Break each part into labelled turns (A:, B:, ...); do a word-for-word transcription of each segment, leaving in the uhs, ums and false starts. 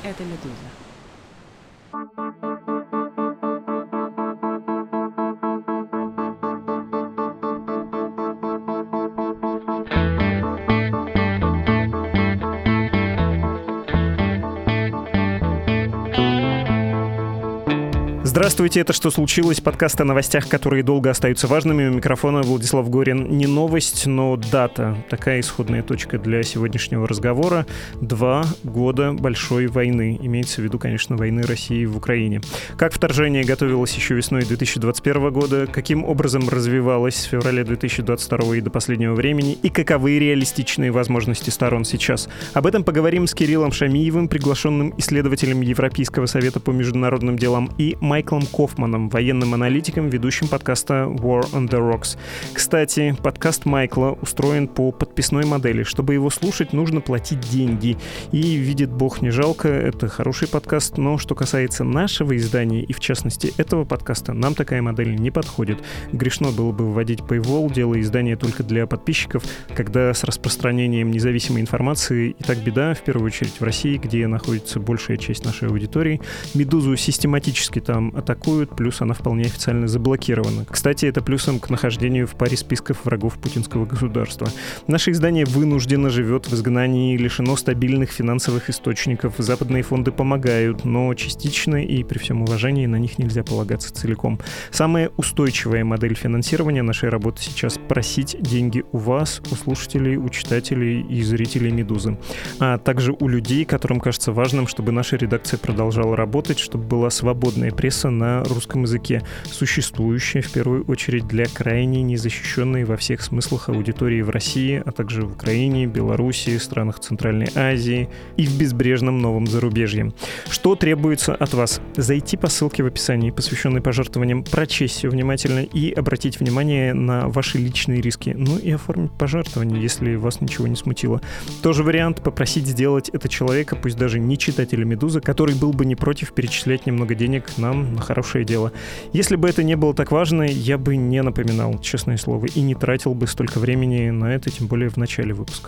A: Это «Медуза».
B: Здравствуйте, это «Что случилось?» Подкаст о новостях, которые долго остаются важными. У микрофона Владислав Горин. Не новость, но дата. Такая исходная точка для сегодняшнего разговора. Два года большой войны. Имеется в виду, конечно, войны России в Украине. Как вторжение готовилось еще весной две тысячи двадцать первого года? Каким образом развивалось с февраля две тысячи двадцать второго и до последнего времени? И каковы реалистичные возможности сторон сейчас? Об этом поговорим с Кириллом Шамиевым, приглашенным исследователем Европейского совета по международным делам, и Майклом Кофманом, военным аналитиком, ведущим подкаста War on the Rocks. Кстати, подкаст Майкла устроен по подписной модели. Чтобы его слушать, нужно платить деньги. И, видит бог, не жалко, это хороший подкаст, но что касается нашего издания, и в частности этого подкаста, нам такая модель не подходит. Грешно было бы вводить paywall, делая издание только для подписчиков, когда с распространением независимой информации и так беда, в первую очередь в России, где находится большая часть нашей аудитории. «Медузу» систематически там атакуют, плюс она вполне официально заблокирована. Кстати, это плюсом к нахождению в паре списков врагов путинского государства. Наше издание вынужденно живет в изгнании, лишено стабильных финансовых источников. Западные фонды помогают, но частично и при всем уважении на них нельзя полагаться целиком. Самая устойчивая модель финансирования нашей работы сейчас — просить деньги у вас, у слушателей, у читателей и зрителей «Медузы», а также у людей, которым кажется важным, чтобы наша редакция продолжала работать, чтобы была свободная пресса на русском языке, существующая в первую очередь для крайне незащищенной во всех смыслах аудитории в России, а также в Украине, Беларуси, странах Центральной Азии и в безбрежном новом зарубежье. Что требуется от вас? Зайти по ссылке в описании, посвященной пожертвованиям, прочесть все внимательно и обратить внимание на ваши личные риски. Ну и оформить пожертвование, если вас ничего не смутило. Тоже вариант — попросить сделать это человека, пусть даже не читателя «Медузы», который был бы не против перечислять немного денег нам на хорошее дело. Если бы это не было так важно, я бы не напоминал, честное слово, и не тратил бы столько времени на это, тем более в начале выпуска.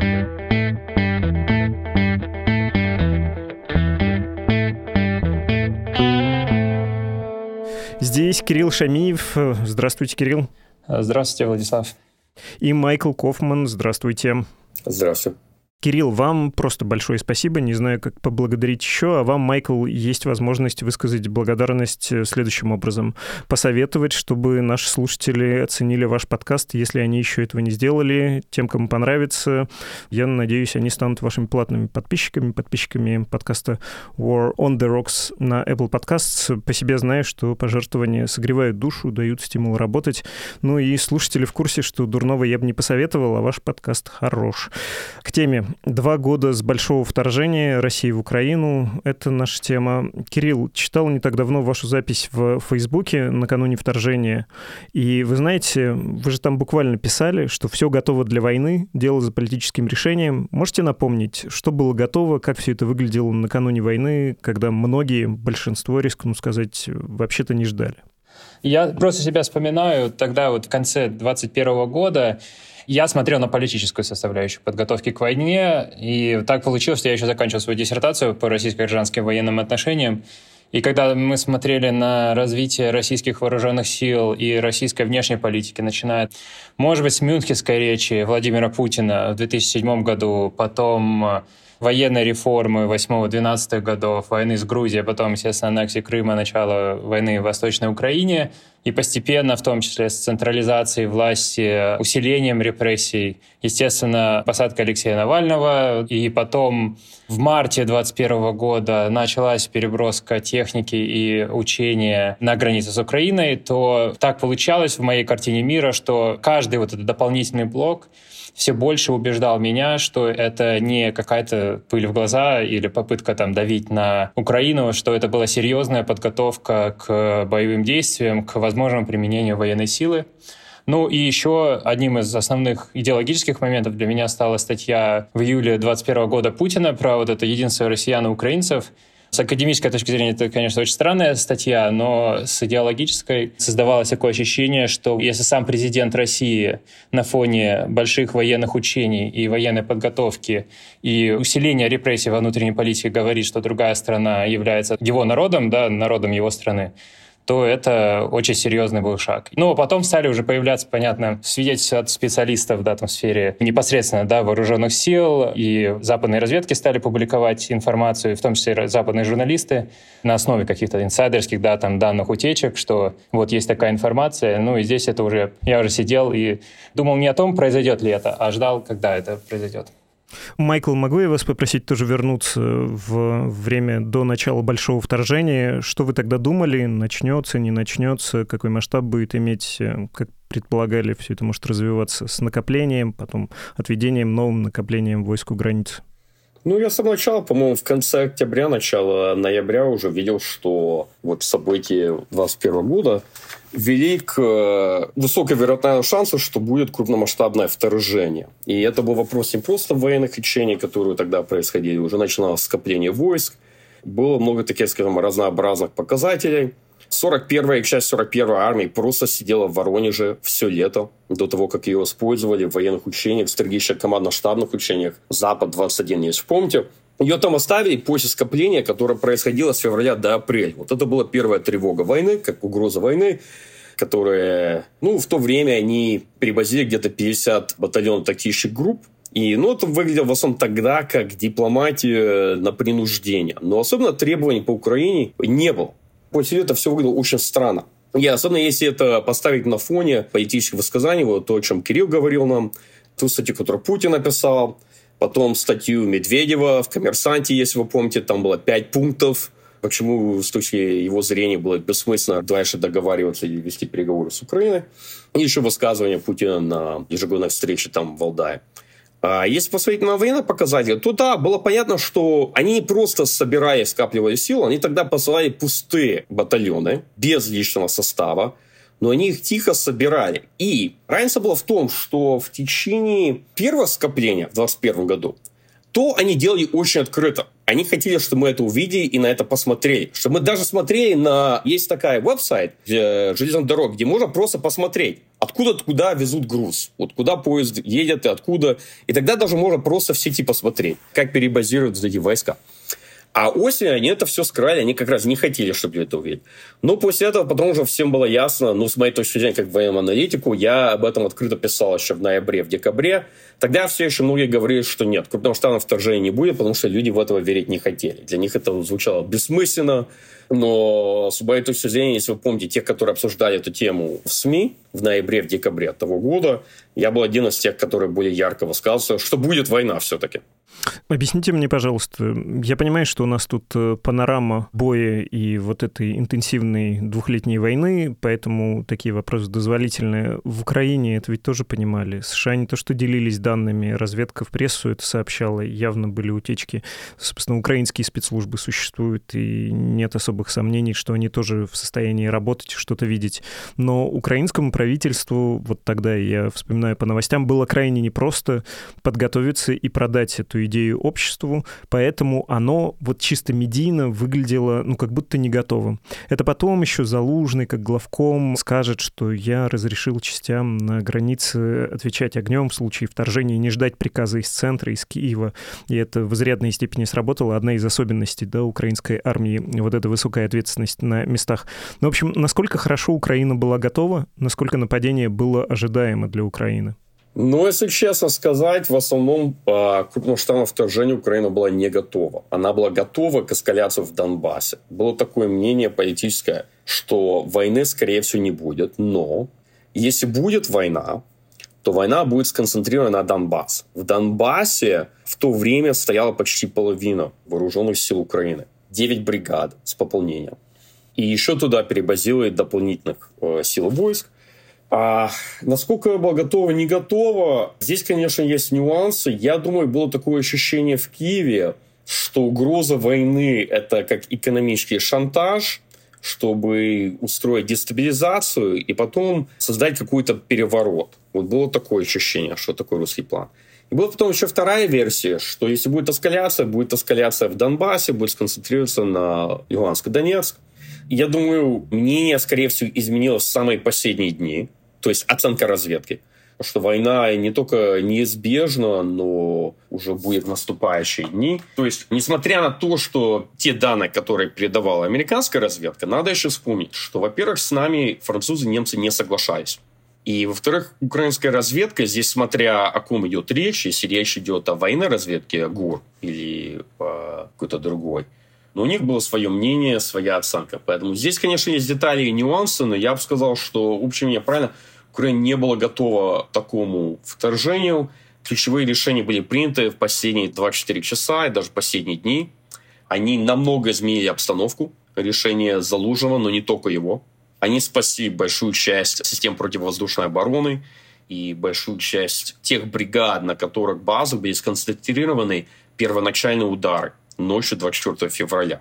B: Здесь Кирилл Шамиев. Здравствуйте, Кирилл.
C: Здравствуйте, Владислав.
B: И Майкл Кофман. Здравствуйте.
D: Здравствуйте.
B: Кирилл, вам просто большое спасибо. Не знаю, как поблагодарить еще, а вам, Майкл, есть возможность высказать благодарность следующим образом. Посоветовать, чтобы наши слушатели оценили ваш подкаст, если они еще этого не сделали. Тем, кому понравится, я надеюсь, они станут вашими платными подписчиками, подписчиками подкаста War on the Rocks на Apple Podcasts. По себе знаю, что пожертвования согревают душу, дают стимул работать. Ну и слушатели в курсе, что дурного я бы не посоветовал, а ваш подкаст хорош. К теме. Два года с большого вторжения России в Украину. Это наша тема. Кирилл, читал не так давно вашу запись в Фейсбуке накануне вторжения. И вы знаете, вы же там буквально писали, что все готово для войны, дело за политическим решением. Можете напомнить, что было готово, как все это выглядело накануне войны, когда многие, большинство, рискну сказать, вообще-то не ждали?
C: Я просто себя вспоминаю, тогда вот в конце двадцать первого года я смотрел на политическую составляющую подготовки к войне, и так получилось, что я еще заканчивал свою диссертацию по российско-гражданским военным отношениям. И когда мы смотрели на развитие российских вооруженных сил и российской внешней политики, начиная, может быть, с мюнхенской речи Владимира Путина в две тысячи седьмом году, потом военной реформы восьмого-двенадцатого годов, войны с Грузией, потом, естественно, аннексии Крыма, начало войны в Восточной Украине, и постепенно, в том числе с централизацией власти, усилением репрессий, естественно, посадка Алексея Навального, и потом в марте двадцать первого года началась переброска техники и учения на границе с Украиной, то так получалось в моей картине мира, что каждый вот этот дополнительный блок все больше убеждал меня, что это не какая-то пыль в глаза или попытка там давить на Украину, что это была серьезная подготовка к боевым действиям, к возможному применению военной силы. Ну и еще одним из основных идеологических моментов для меня стала статья в июле двадцать первого года Путина про вот это единство россиян и украинцев. С академической точки зрения это, конечно, очень странная статья, но с идеологической создавалось такое ощущение, что если сам президент России на фоне больших военных учений и военной подготовки и усиления репрессий во внутренней политике говорит, что другая страна является его народом, да, народом его страны, то это очень серьезный был шаг. Ну, а потом стали уже появляться, понятно, свидетельства от специалистов, да, там, в сфере непосредственно, да, вооруженных сил, и западные разведки стали публиковать информацию, в том числе западные журналисты, на основе каких-то инсайдерских, да, там, данных утечек, что вот есть такая информация, ну, и здесь это уже, я уже сидел и думал не о том, произойдет ли это, а ждал, когда это произойдет.
B: Майкл, могу я вас попросить тоже вернуться в время до начала большого вторжения? Что вы тогда думали? Начнется, не начнется? Какой масштаб будет иметь? Как предполагали, все это может развиваться с накоплением, потом отведением, новым накоплением войск у границ?
A: Ну, я с самого начала, по-моему, в конце октября, начало ноября уже видел, что вот события двадцать первого года вели к э, высокой вероятному шансу, что будет крупномасштабное вторжение. И это был вопрос не просто военных учений, которые тогда происходили, уже начиналось скопление войск. Было много таких, скажем, разнообразных показателей. сорок первая, часть сорок первой армии просто сидела в Воронеже все лето, до того, как ее использовали в военных учениях, в стратегических командно-штабных учениях. Запад-двадцать один, если помните. Ее там оставили после скопления, которое происходило с февраля до апреля. Вот это была первая тревога войны, как угроза войны, которые, ну, в то время они перебазили где-то пятьдесят батальонов тактических групп. И, ну, это выглядело в основном тогда как дипломатия на принуждение. Но особенно требований по Украине не было. После этого все выглядело очень странно. И особенно если это поставить на фоне политических высказаний, вот то, о чем Кирилл говорил нам, ту статью, которую Путин написал, потом статью Медведева в «Коммерсанте», если вы помните, там было пять пунктов, почему с точки его зрения было бессмысленно дальше договариваться и вести переговоры с Украиной. И еще высказывание Путина на ежегодной встрече там в Валдае. А если посмотреть на военные показатели, то да, было понятно, что они не просто собирали, скапливали силы, они тогда посылали пустые батальоны, без личного состава, но они их тихо собирали. И разница была в том, что в течение первого скопления в двадцать первом году, то они делали очень открыто. Они хотели, чтобы мы это увидели и на это посмотрели. Чтобы мы даже смотрели на... Есть такая веб-сайт железных дорог, где можно просто посмотреть, откуда куда везут груз. Вот куда поезд едет и откуда. И тогда даже можно просто в сети посмотреть, как перебазируют эти войска. А осенью они это все скрывали, они как раз не хотели, чтобы это увидеть. Но после этого потом уже всем было ясно, ну, с моей точки зрения, как военному аналитику, я об этом открыто писал еще в ноябре, в декабре. Тогда все еще многие говорили, что нет, крупномасштабного вторжения не будет, потому что люди в этого верить не хотели. Для них это звучало бессмысленно. Но с моей точки зрения, если вы помните, тех, которые обсуждали эту тему в СМИ в ноябре, в декабре того года, я был один из тех, которые более ярко высказывался, что будет война все-таки.
B: Объясните мне, пожалуйста, я понимаю, что у нас тут панорама боя и вот этой интенсивной двухлетней войны, поэтому такие вопросы дозволительные. В Украине это ведь тоже понимали. США не то что делились данными, разведка в прессу это сообщала, явно были утечки. Собственно, украинские спецслужбы существуют, и нет особых сомнений, что они тоже в состоянии работать, что-то видеть. Но украинскому правительству, вот тогда я вспоминаю по новостям, было крайне непросто подготовиться и продать эту идею обществу, поэтому оно вот чисто медийно выглядело, ну, как будто не готовым. Это потом еще Залужный, как главком, скажет, что я разрешил частям на границе отвечать огнем в случае вторжения и не ждать приказа из центра, из Киева. И это в изрядной степени сработало. Одна из особенностей, да, украинской армии, вот эта высокая ответственность на местах. Ну, в общем, насколько хорошо Украина была готова, насколько нападение было ожидаемо для Украины?
A: Ну, если честно сказать, в основном по крупномасштабному вторжению Украина была не готова. Она была готова к эскаляции в Донбассе. Было такое мнение политическое, что войны, скорее всего, не будет. Но если будет война, то война будет сконцентрирована на Донбасс. В Донбассе в то время стояла почти половина вооруженных сил Украины. Девять бригад с пополнением. И еще туда перебазировали дополнительных э, сил войск. А насколько была готова, не готова, здесь, конечно, есть нюансы. Я думаю, было такое ощущение в Киеве, что угроза войны – это как экономический шантаж, чтобы устроить дестабилизацию и потом создать какой-то переворот. Вот было такое ощущение, что такое русский план. Была потом еще вторая версия, что если будет эскаляция, будет эскаляция в Донбассе, будет сконцентрироваться на Луганск и Донецк. Я думаю, мнение, скорее всего, изменилось в самые последние дни, то есть оценка разведки, что война не только неизбежна, но уже будет в наступающие дни. То есть, несмотря на то, что те данные, которые передавала американская разведка, надо еще вспомнить, что, во-первых, с нами французы и немцы не соглашались. И, во-вторых, украинская разведка, здесь смотря о ком идет речь, если речь идет о военной разведке, ГУР или о какой-то другой, но у них было свое мнение, своя оценка. Поэтому здесь, конечно, есть детали и нюансы, но я бы сказал, что, в общем, я правильно, Украина не была готова к такому вторжению. Ключевые решения были приняты в последние двадцать четыре часа и даже последние дни. Они намного изменили обстановку. Решение Залужного, но не только его. Они спасли большую часть систем противовоздушной обороны и большую часть тех бригад, на которых базы были сконцентрированы первоначальные удары ночью двадцать четвёртого февраля.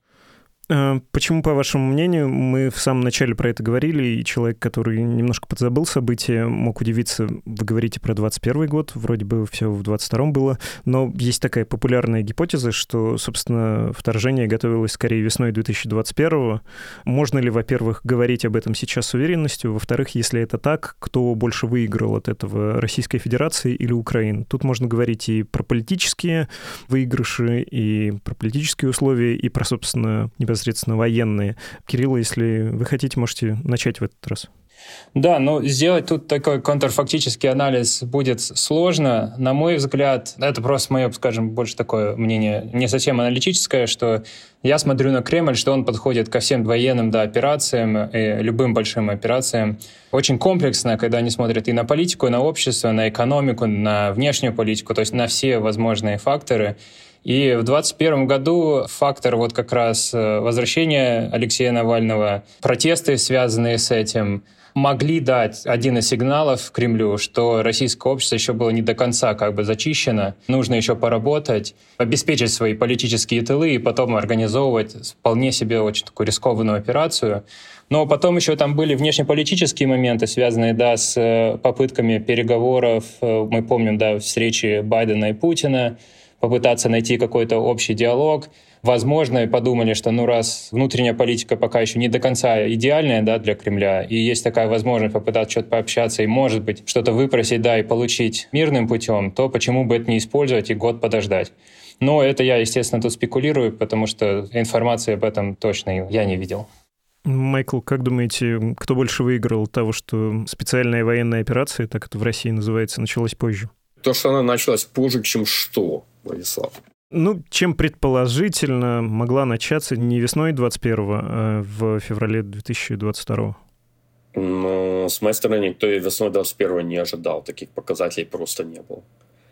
B: Почему, по вашему мнению, мы в самом начале про это говорили, и человек, который немножко подзабыл события, мог удивиться, вы говорите про двадцать первый год, вроде бы все в двадцать втором было, но есть такая популярная гипотеза, что, собственно, вторжение готовилось скорее весной две тысячи двадцать первого. Можно ли, во-первых, говорить об этом сейчас с уверенностью? Во-вторых, если это так, кто больше выиграл от этого, Российская Федерация или Украина? Тут можно говорить и про политические выигрыши, и про политические условия, и про, собственно, непосредственно непосредственно военные. Кирилл, если вы хотите, можете начать в этот раз.
C: Да, но сделать тут такой контрфактический анализ будет сложно. На мой взгляд, это просто мое, скажем, больше такое мнение, не совсем аналитическое, что я смотрю на Кремль, что он подходит ко всем военным, да, операциям, и любым большим операциям очень комплексно, когда они смотрят и на политику, и на общество, на экономику, на внешнюю политику, то есть на все возможные факторы. И в двадцать первом году фактор вот как раз возвращения Алексея Навального, протесты, связанные с этим, могли дать один из сигналов Кремлю, что российское общество еще было не до конца как бы зачищено, нужно еще поработать, обеспечить свои политические тылы и потом организовывать вполне себе очень такую рискованную операцию. Но потом еще там были внешнеполитические моменты, связанные, да, с попытками переговоров. Мы помним, да, встречи Байдена и Путина, попытаться найти какой-то общий диалог. Возможно, подумали, что ну раз внутренняя политика пока еще не до конца идеальная, да, для Кремля, и есть такая возможность попытаться что-то пообщаться и, может быть, что-то выпросить, да, и получить мирным путем, то почему бы это не использовать и год подождать? Но это я, естественно, тут спекулирую, потому что информации об этом точно я не видел.
B: Майкл, как думаете, кто больше выиграл от того, что специальная военная операция, так это в России называется, началась позже?
A: То, что она началась позже, чем что, Владислав?
B: Ну, чем предположительно могла начаться не весной двадцать первого, а в феврале две тысячи двадцать второго.
A: Ну, с моей стороны, никто и весной двадцать первого не ожидал. Таких показателей просто не было.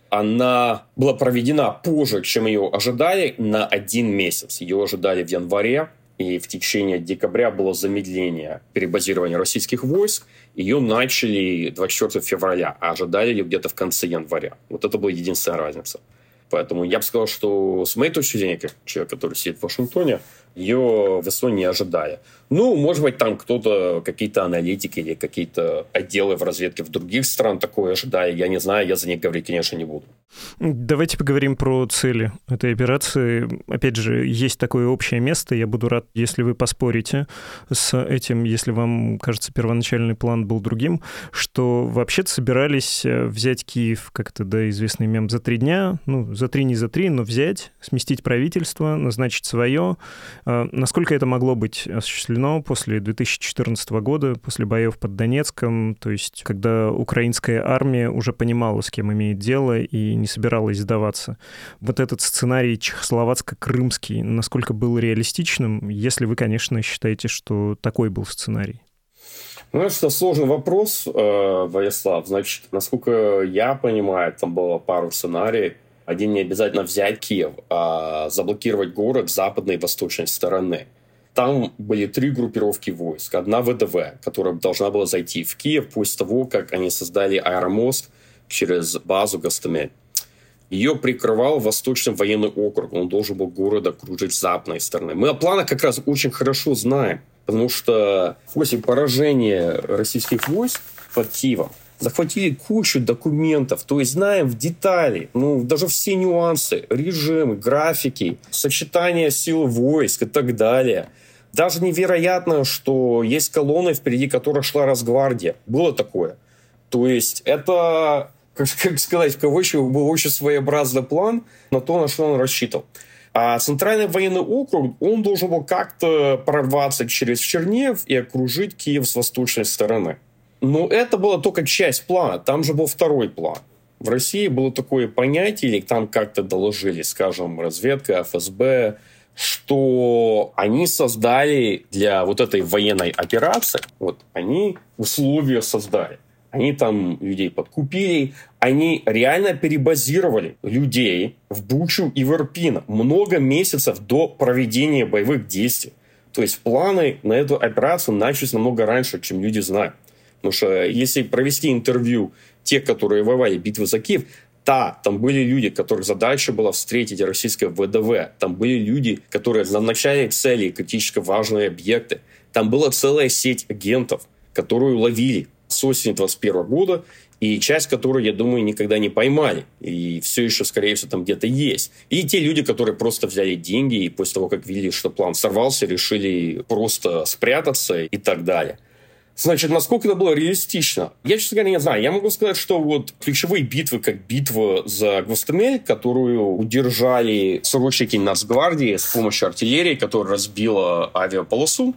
A: Она была проведена позже, чем ее ожидали, на один месяц. Ее ожидали в январе, и в течение декабря было замедление перебазирования российских войск. Ее начали двадцать четвёртого февраля, а ожидали ее где-то в конце января. Вот это была единственная разница. Поэтому я бы сказал, что с моей точки зрения, как человек, который сидит в Вашингтоне, ее весной не ожидали. Ну, может быть, там кто-то, какие-то аналитики или какие-то отделы в разведке в других стран такое ожидали. Я не знаю, я за них говорить, конечно, не буду.
B: Давайте поговорим про цели этой операции. Опять же, есть такое общее место. Я буду рад, если вы поспорите с этим, если вам кажется, первоначальный план был другим, что вообще-то собирались взять Киев, как это, да, известный мем, за три дня, ну, за три не за три, но взять, сместить правительство, назначить свое. Насколько это могло быть осуществлено после две тысячи четырнадцатого года, после боев под Донецком, то есть когда украинская армия уже понимала, с кем имеет дело, и не собиралась сдаваться. Вот этот сценарий чехословацко-крымский, насколько был реалистичным, если вы, конечно, считаете, что такой был сценарий?
A: Ну, это сложный вопрос, Владислав. Значит, насколько я понимаю, там было пару сценариев. Один не обязательно взять Киев, а заблокировать город с западной и восточной стороны. Там были три группировки войск. Одна ВДВ, которая должна была зайти в Киев после того, как они создали аэромост через базу Гостомель. Ее прикрывал Восточный военный округ. Он должен был город окружить с западной стороны. Мы о планах как раз очень хорошо знаем, потому что после поражения российских войск под Киевом захватили кучу документов, то есть знаем в детали, ну, даже все нюансы, режимы, графики, сочетание сил войск и так далее. Даже невероятно, что есть колонны, впереди которых шла Росгвардия. Было такое. То есть это, как, как сказать, в кавычках, был очень своеобразный план на то, на что он рассчитывал. А Центральный военный округ, он должен был как-то прорваться через Чернигов и окружить Киев с восточной стороны. Но это была только часть плана. Там же был второй план. В России было такое понятие, или там как-то доложили, скажем, разведка, эф эс бэ, что они создали для вот этой военной операции, вот они условия создали. Они там людей подкупили, они реально перебазировали людей в Бучу и в Ирпин много месяцев до проведения боевых действий. То есть планы на эту операцию начались намного раньше, чем люди знают. Потому что если провести интервью тех, которые воевали в битве за Киев, да, там были люди, которых задача была встретить российское вэ дэ вэ. Там были люди, которые назначали цели и критически важные объекты. Там была целая сеть агентов, которую ловили с осени двадцать первого года, и часть которой, я думаю, никогда не поймали. И все еще, скорее всего, там где-то есть. И те люди, которые просто взяли деньги, и после того, как видели, что план сорвался, решили просто спрятаться и так далее. Значит, насколько это было реалистично? Я, честно говоря, не знаю. Я могу сказать, что вот ключевые битвы, как битва за Гвастамель, которую удержали срочники Нацгвардии с помощью артиллерии, которая разбила авиаполосу,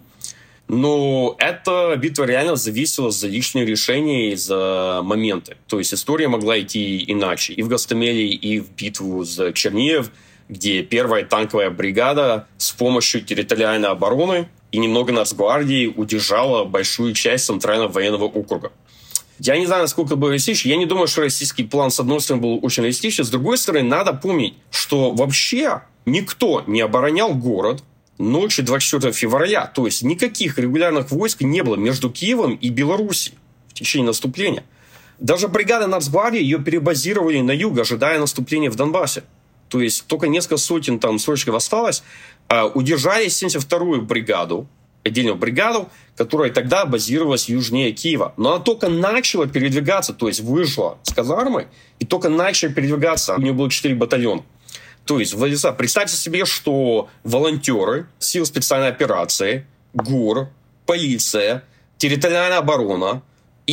A: но эта битва реально зависела за личные решения и за моменты. То есть история могла идти иначе. И в Гастамеле, и в битву за Чернигов, где первая танковая бригада с помощью территориальной обороны и немного Нацгвардии удержала большую часть Центрального военного округа. Я не знаю, насколько это было реалистично. Я не думаю, что российский план, с одной стороны, был очень реалистичен. С другой стороны, надо помнить, что вообще никто не оборонял город ночью двадцать четвёртого февраля. То есть никаких регулярных войск не было между Киевом и Белоруссией в течение наступления. Даже бригада Нацгвардии ее перебазировали на юг, ожидая наступления в Донбассе. То есть только несколько сотен там срочников осталось. Удержали семьдесят вторую бригаду, отдельную бригаду, которая тогда базировалась южнее Киева. Но она только начала передвигаться, то есть вышла с казармы и только начала передвигаться. У нее было четыре батальона. То есть, Владислав, представьте себе, что волонтеры, силы специальной операции, ГУР, полиция, территориальная оборона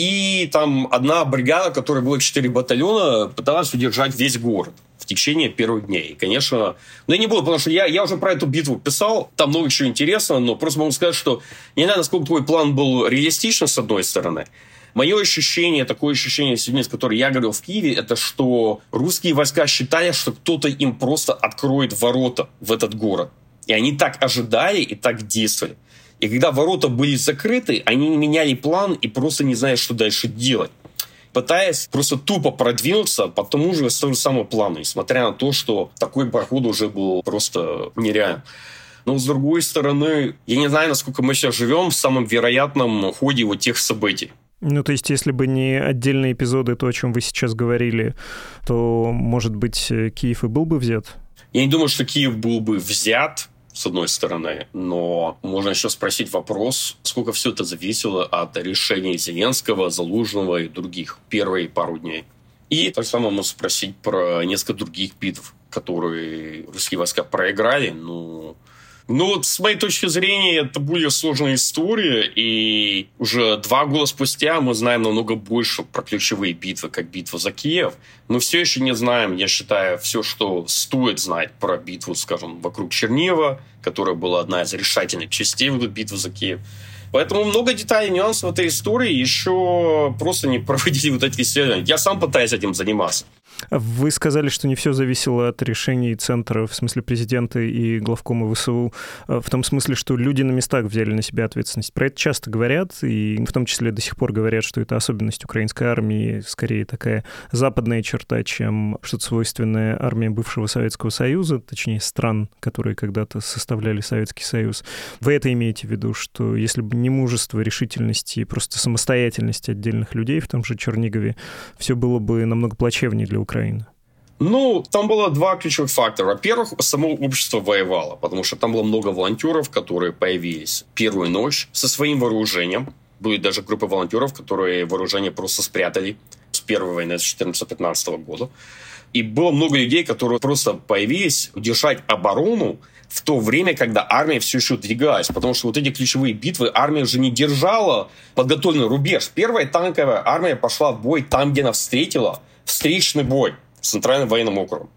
A: и там одна бригада, в которой было четыре батальона, пыталась удержать весь город в течение первых дней. И, конечно, ну я не буду, потому что я, я уже про эту битву писал, там много чего интересного, но просто могу сказать, что не знаю, насколько твой план был реалистичен, с одной стороны. Мое ощущение, такое ощущение, с которым я говорил в Киеве, это что русские войска считали, что кто-то им просто откроет ворота в этот город. И они так ожидали и так действовали. И когда ворота были закрыты, они меняли план и просто не знали, что дальше делать. Пытаясь просто тупо продвинуться по тому же самому плану, несмотря на то, что такой проход уже был просто нереален. Но, с другой стороны, я не знаю, насколько мы сейчас живем в самом вероятном ходе вот тех событий.
B: Ну, то есть, если бы не отдельные эпизоды, то, о чем вы сейчас говорили, то, может быть, Киев и был бы взят?
A: Я не думаю, что Киев был бы взят, с одной стороны, но можно еще спросить вопрос, сколько все это зависело от решений Зеленского, Залужного и других первые пару дней. И так само можно спросить про несколько других битв, которые русские войска проиграли, ну... Ну вот с моей точки зрения это более сложная история, и уже два года спустя мы знаем намного больше про ключевые битвы, как битва за Киев, но все еще не знаем, я считаю, все, что стоит знать про битву, скажем, вокруг Чернигова, которая была одна из решательных частей в битвы за Киев. Поэтому много деталей, нюансов в этой истории еще просто не проводили вот эти исследования. Я сам пытаюсь этим заниматься.
B: Вы сказали, что не все зависело от решений центра, в смысле президента и главкома вэ эс у, в том смысле, что люди на местах взяли на себя ответственность. Про это часто говорят, и в том числе до сих пор говорят, что это особенность украинской армии, скорее такая западная черта, чем что-то свойственное армии бывшего Советского Союза, точнее стран, которые когда-то составляли Советский Союз. Вы это имеете в виду, что если бы не мужество, решительность и просто самостоятельность отдельных людей в том же Чернигове, все было бы намного плачевнее для Украины? Украины?
A: Ну, там было два ключевых фактора. Во-первых, само общество воевало, потому что там было много волонтеров, которые появились первую ночь со своим вооружением. Были даже группы волонтеров, которые вооружение просто спрятали с первой войны с четырнадцатого-пятнадцатого года. И было много людей, которые просто появились держать оборону в то время, когда армия все еще двигалась. Потому что вот эти ключевые битвы армия уже не держала подготовленный рубеж. Первая танковая армия пошла в бой там, где она встретила встречный бой с Центральным военным округом.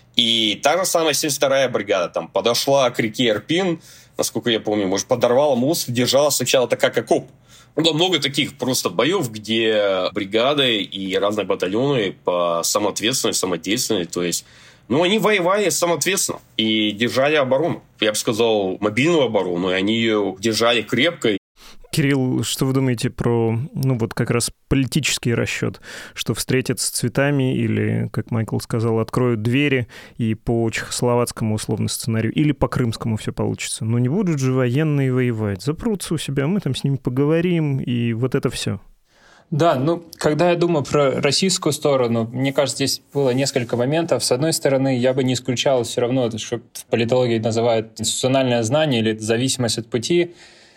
A: И та же самая семьдесят вторая бригада там подошла к реке Ирпин, насколько я помню, может, подорвала мост, держала сначала так, как окоп. Было много таких просто боев, где бригады и разные батальоны по самоответственной, самодейственной, то есть, ну, они воевали самоответственно и держали оборону. Я бы сказал, мобильную оборону, и они ее держали крепко.
B: Кирилл, что вы думаете про, ну, вот как раз политический расчет, что встретят с цветами или, как Майкл сказал, откроют двери и по чехословацкому условно сценарию, или по крымскому все получится. Но не будут же военные воевать, запрутся у себя, мы там с ними поговорим, и вот это все.
C: Да, ну, когда я думаю про российскую сторону, мне кажется, здесь было несколько моментов. С одной стороны, я бы не исключал все равно, что в политологии называют институциональное знание или зависимость от пути.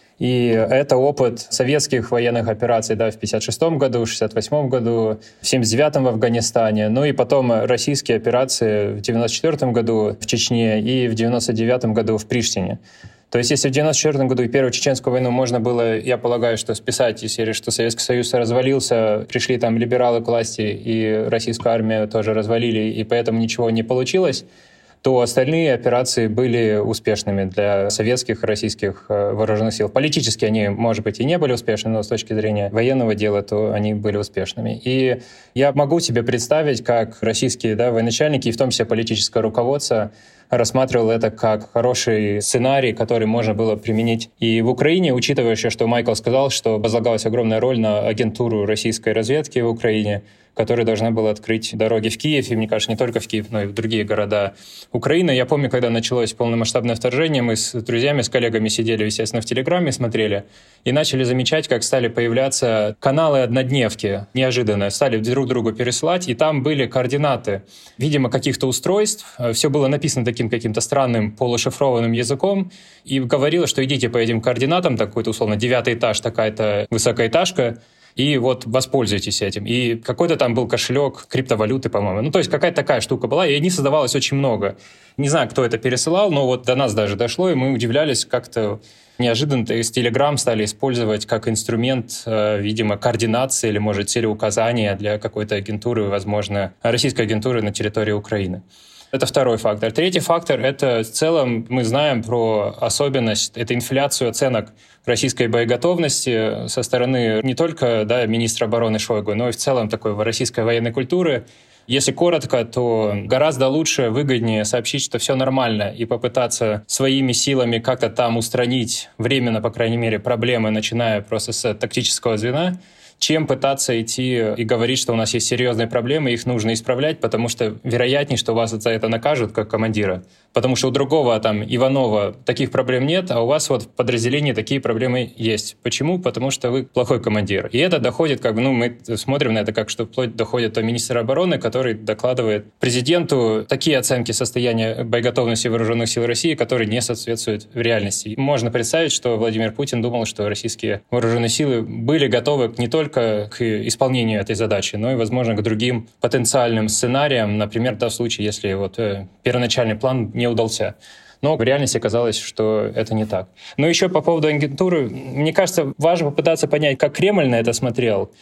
C: И это опыт советских военных операций, да, в пятьдесят шестом году, в шестьдесят восьмом году, в семьдесят девятом в Афганистане, ну и потом российские операции в девяносто четвёртом году в Чечне и в девяносто девятом году в Приштине. То есть если в девяносто четвёртом году и Первую Чеченскую войну можно было, я полагаю, что списать из серии, что Советский Союз развалился, пришли там либералы к власти и российскую армию тоже развалили, и поэтому ничего не получилось, то остальные операции были успешными для советских и российских вооруженных сил. Политически они, может быть, и не были успешными, но с точки зрения военного дела, то они были успешными. И я могу себе представить, как российские, да, военачальники, и в том числе политическое руководство, рассматривал это как хороший сценарий, который можно было применить и в Украине, учитывая, что Майкл сказал, что возлагалась огромная роль на агентуру российской разведки в Украине, которая должна была открыть дороги в Киев, и, мне кажется, не только в Киев, но и в другие города Украины. Я помню, когда началось полномасштабное вторжение, мы с друзьями, с коллегами сидели, естественно, в Телеграме, смотрели, и начали замечать, как стали появляться каналы-однодневки, неожиданно, стали друг другу пересылать, и там были координаты, видимо, каких-то устройств. Все было написано таким каким-то странным полушифрованным языком, и говорилось, что идите по этим координатам, такой-то, условно, девятый этаж, такая-то высокоэтажка, и вот воспользуйтесь этим. И какой-то там был кошелек криптовалюты, по-моему. Ну, то есть какая-то такая штука была, и не создавалось очень много. Не знаю, кто это пересылал, но вот до нас даже дошло, и мы удивлялись, как-то неожиданно из Telegram стали использовать как инструмент, видимо, координации или, может, целеуказания для какой-то агентуры, возможно, российской агентуры на территории Украины. Это второй фактор. Третий фактор — это в целом мы знаем про особенность, это инфляцию оценок российской боеготовности со стороны не только, да, министра обороны Шойгу, но и в целом такой российской военной культуры. Если коротко, то гораздо лучше, выгоднее сообщить, что все нормально, и попытаться своими силами как-то там устранить временно, по крайней мере, проблемы, начиная просто с тактического звена, чем пытаться идти и говорить, что у нас есть серьезные проблемы, их нужно исправлять, потому что вероятнее, что вас за это накажут как командира. Потому что у другого, там, Иванова, таких проблем нет, а у вас вот в подразделении такие проблемы есть. Почему? Потому что вы плохой командир. И это доходит, как бы, ну, мы смотрим на это как, что вплоть доходит до министра обороны, который докладывает президенту такие оценки состояния боеготовности вооруженных сил России, которые не соответствуют в реальности. И можно представить, что Владимир Путин думал, что российские вооруженные силы были готовы не только к исполнению этой задачи, но и, возможно, к другим потенциальным сценариям, например, да, в случае, если вот э, первоначальный план не удался. Но в реальности оказалось, что это не так. Но еще по поводу агентуры, мне кажется, важно попытаться понять, как Кремль на это смотрел.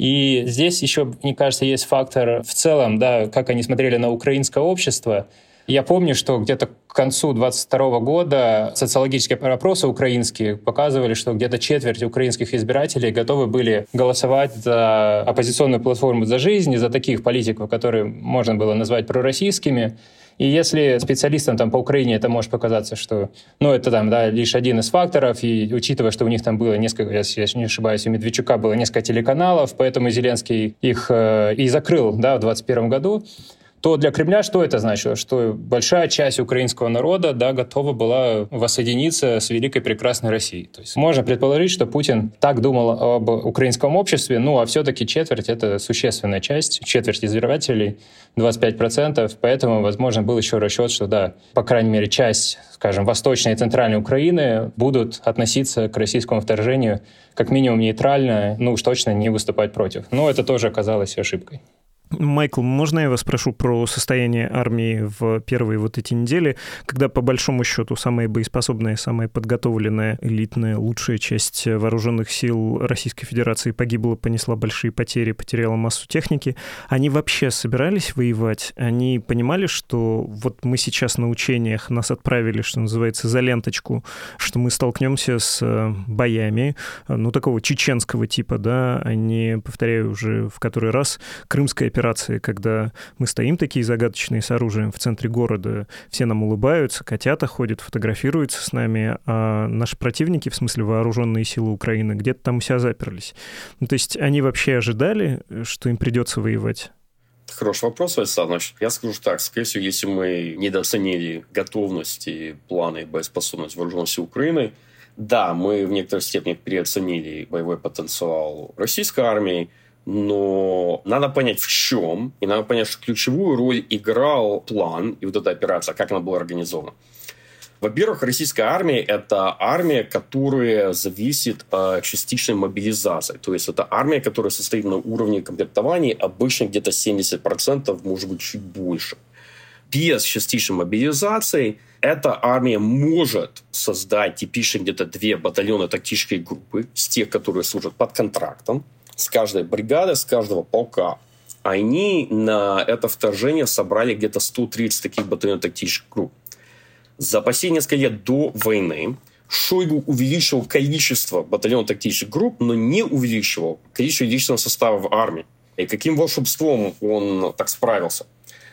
C: И здесь еще, мне кажется, есть фактор в целом, да, как они смотрели на украинское общество. Я помню, что где-то к концу двадцать второго года социологические опросы украинские показывали, что где-то четверть украинских избирателей готовы были голосовать за оппозиционную платформу «За жизнь» и за таких политиков, которые можно было назвать пророссийскими. И если специалистам там по Украине это может показаться, что, ну, это там, да, лишь один из факторов, и учитывая, что у них там было несколько, если я не ошибаюсь, у Медведчука было несколько телеканалов, поэтому Зеленский их э, и закрыл, да, в двадцать первом году, то для Кремля что это значило? Что большая часть украинского народа, да, готова была воссоединиться с великой прекрасной Россией. То есть можно предположить, что Путин так думал об украинском обществе, ну, а все-таки четверть — это существенная часть, четверть избирателей, двадцать пять процентов, поэтому, возможно, был еще расчет, что, да, по крайней мере, часть, скажем, восточной и центральной Украины будут относиться к российскому вторжению как минимум нейтрально, ну, уж точно не выступать против. Но это тоже оказалось ошибкой.
B: Майкл, можно я вас спрошу про состояние армии в первые вот эти недели, когда, по большому счету, самая боеспособная, самая подготовленная, элитная, лучшая часть вооруженных сил Российской Федерации погибла, понесла большие потери, потеряла массу техники. Они вообще собирались воевать? Они понимали, что вот мы сейчас на учениях нас отправили, что называется, за ленточку, что мы столкнемся с боями, ну, такого чеченского типа, да, а не, повторяю уже в который раз, крымская операция, операции, когда мы стоим такие загадочные с оружием в центре города, все нам улыбаются, котята ходят, фотографируются с нами, а наши противники, в смысле вооруженные силы Украины, где-то там у себя заперлись. Ну, то есть они вообще ожидали, что им придется воевать?
A: Хороший вопрос, Александр. Я скажу так, скорее всего, если мы недооценили готовность и планы и боеспособность вооруженных сил Украины, да, мы в некоторой степени переоценили боевой потенциал российской армии, но надо понять, в чем, и надо понять, что ключевую роль играл план и вот эта операция, как она была организована. Во-первых, российская армия – это армия, которая зависит от частичной мобилизации. То есть это армия, которая состоит на уровне комплектования обычно где-то семьдесят процентов, может быть, чуть больше. Без частичной мобилизации эта армия может создать типично где-то две батальоны тактической группы с тех, которые служат под контрактом, с каждой бригады, с каждого полка. Они на это вторжение собрали где-то сто тридцать таких батальонов тактических групп. За последние несколько лет до войны Шойгу увеличил количество батальонов тактических групп, но не увеличивал количество личного состава в армии. И каким волшебством он так справился?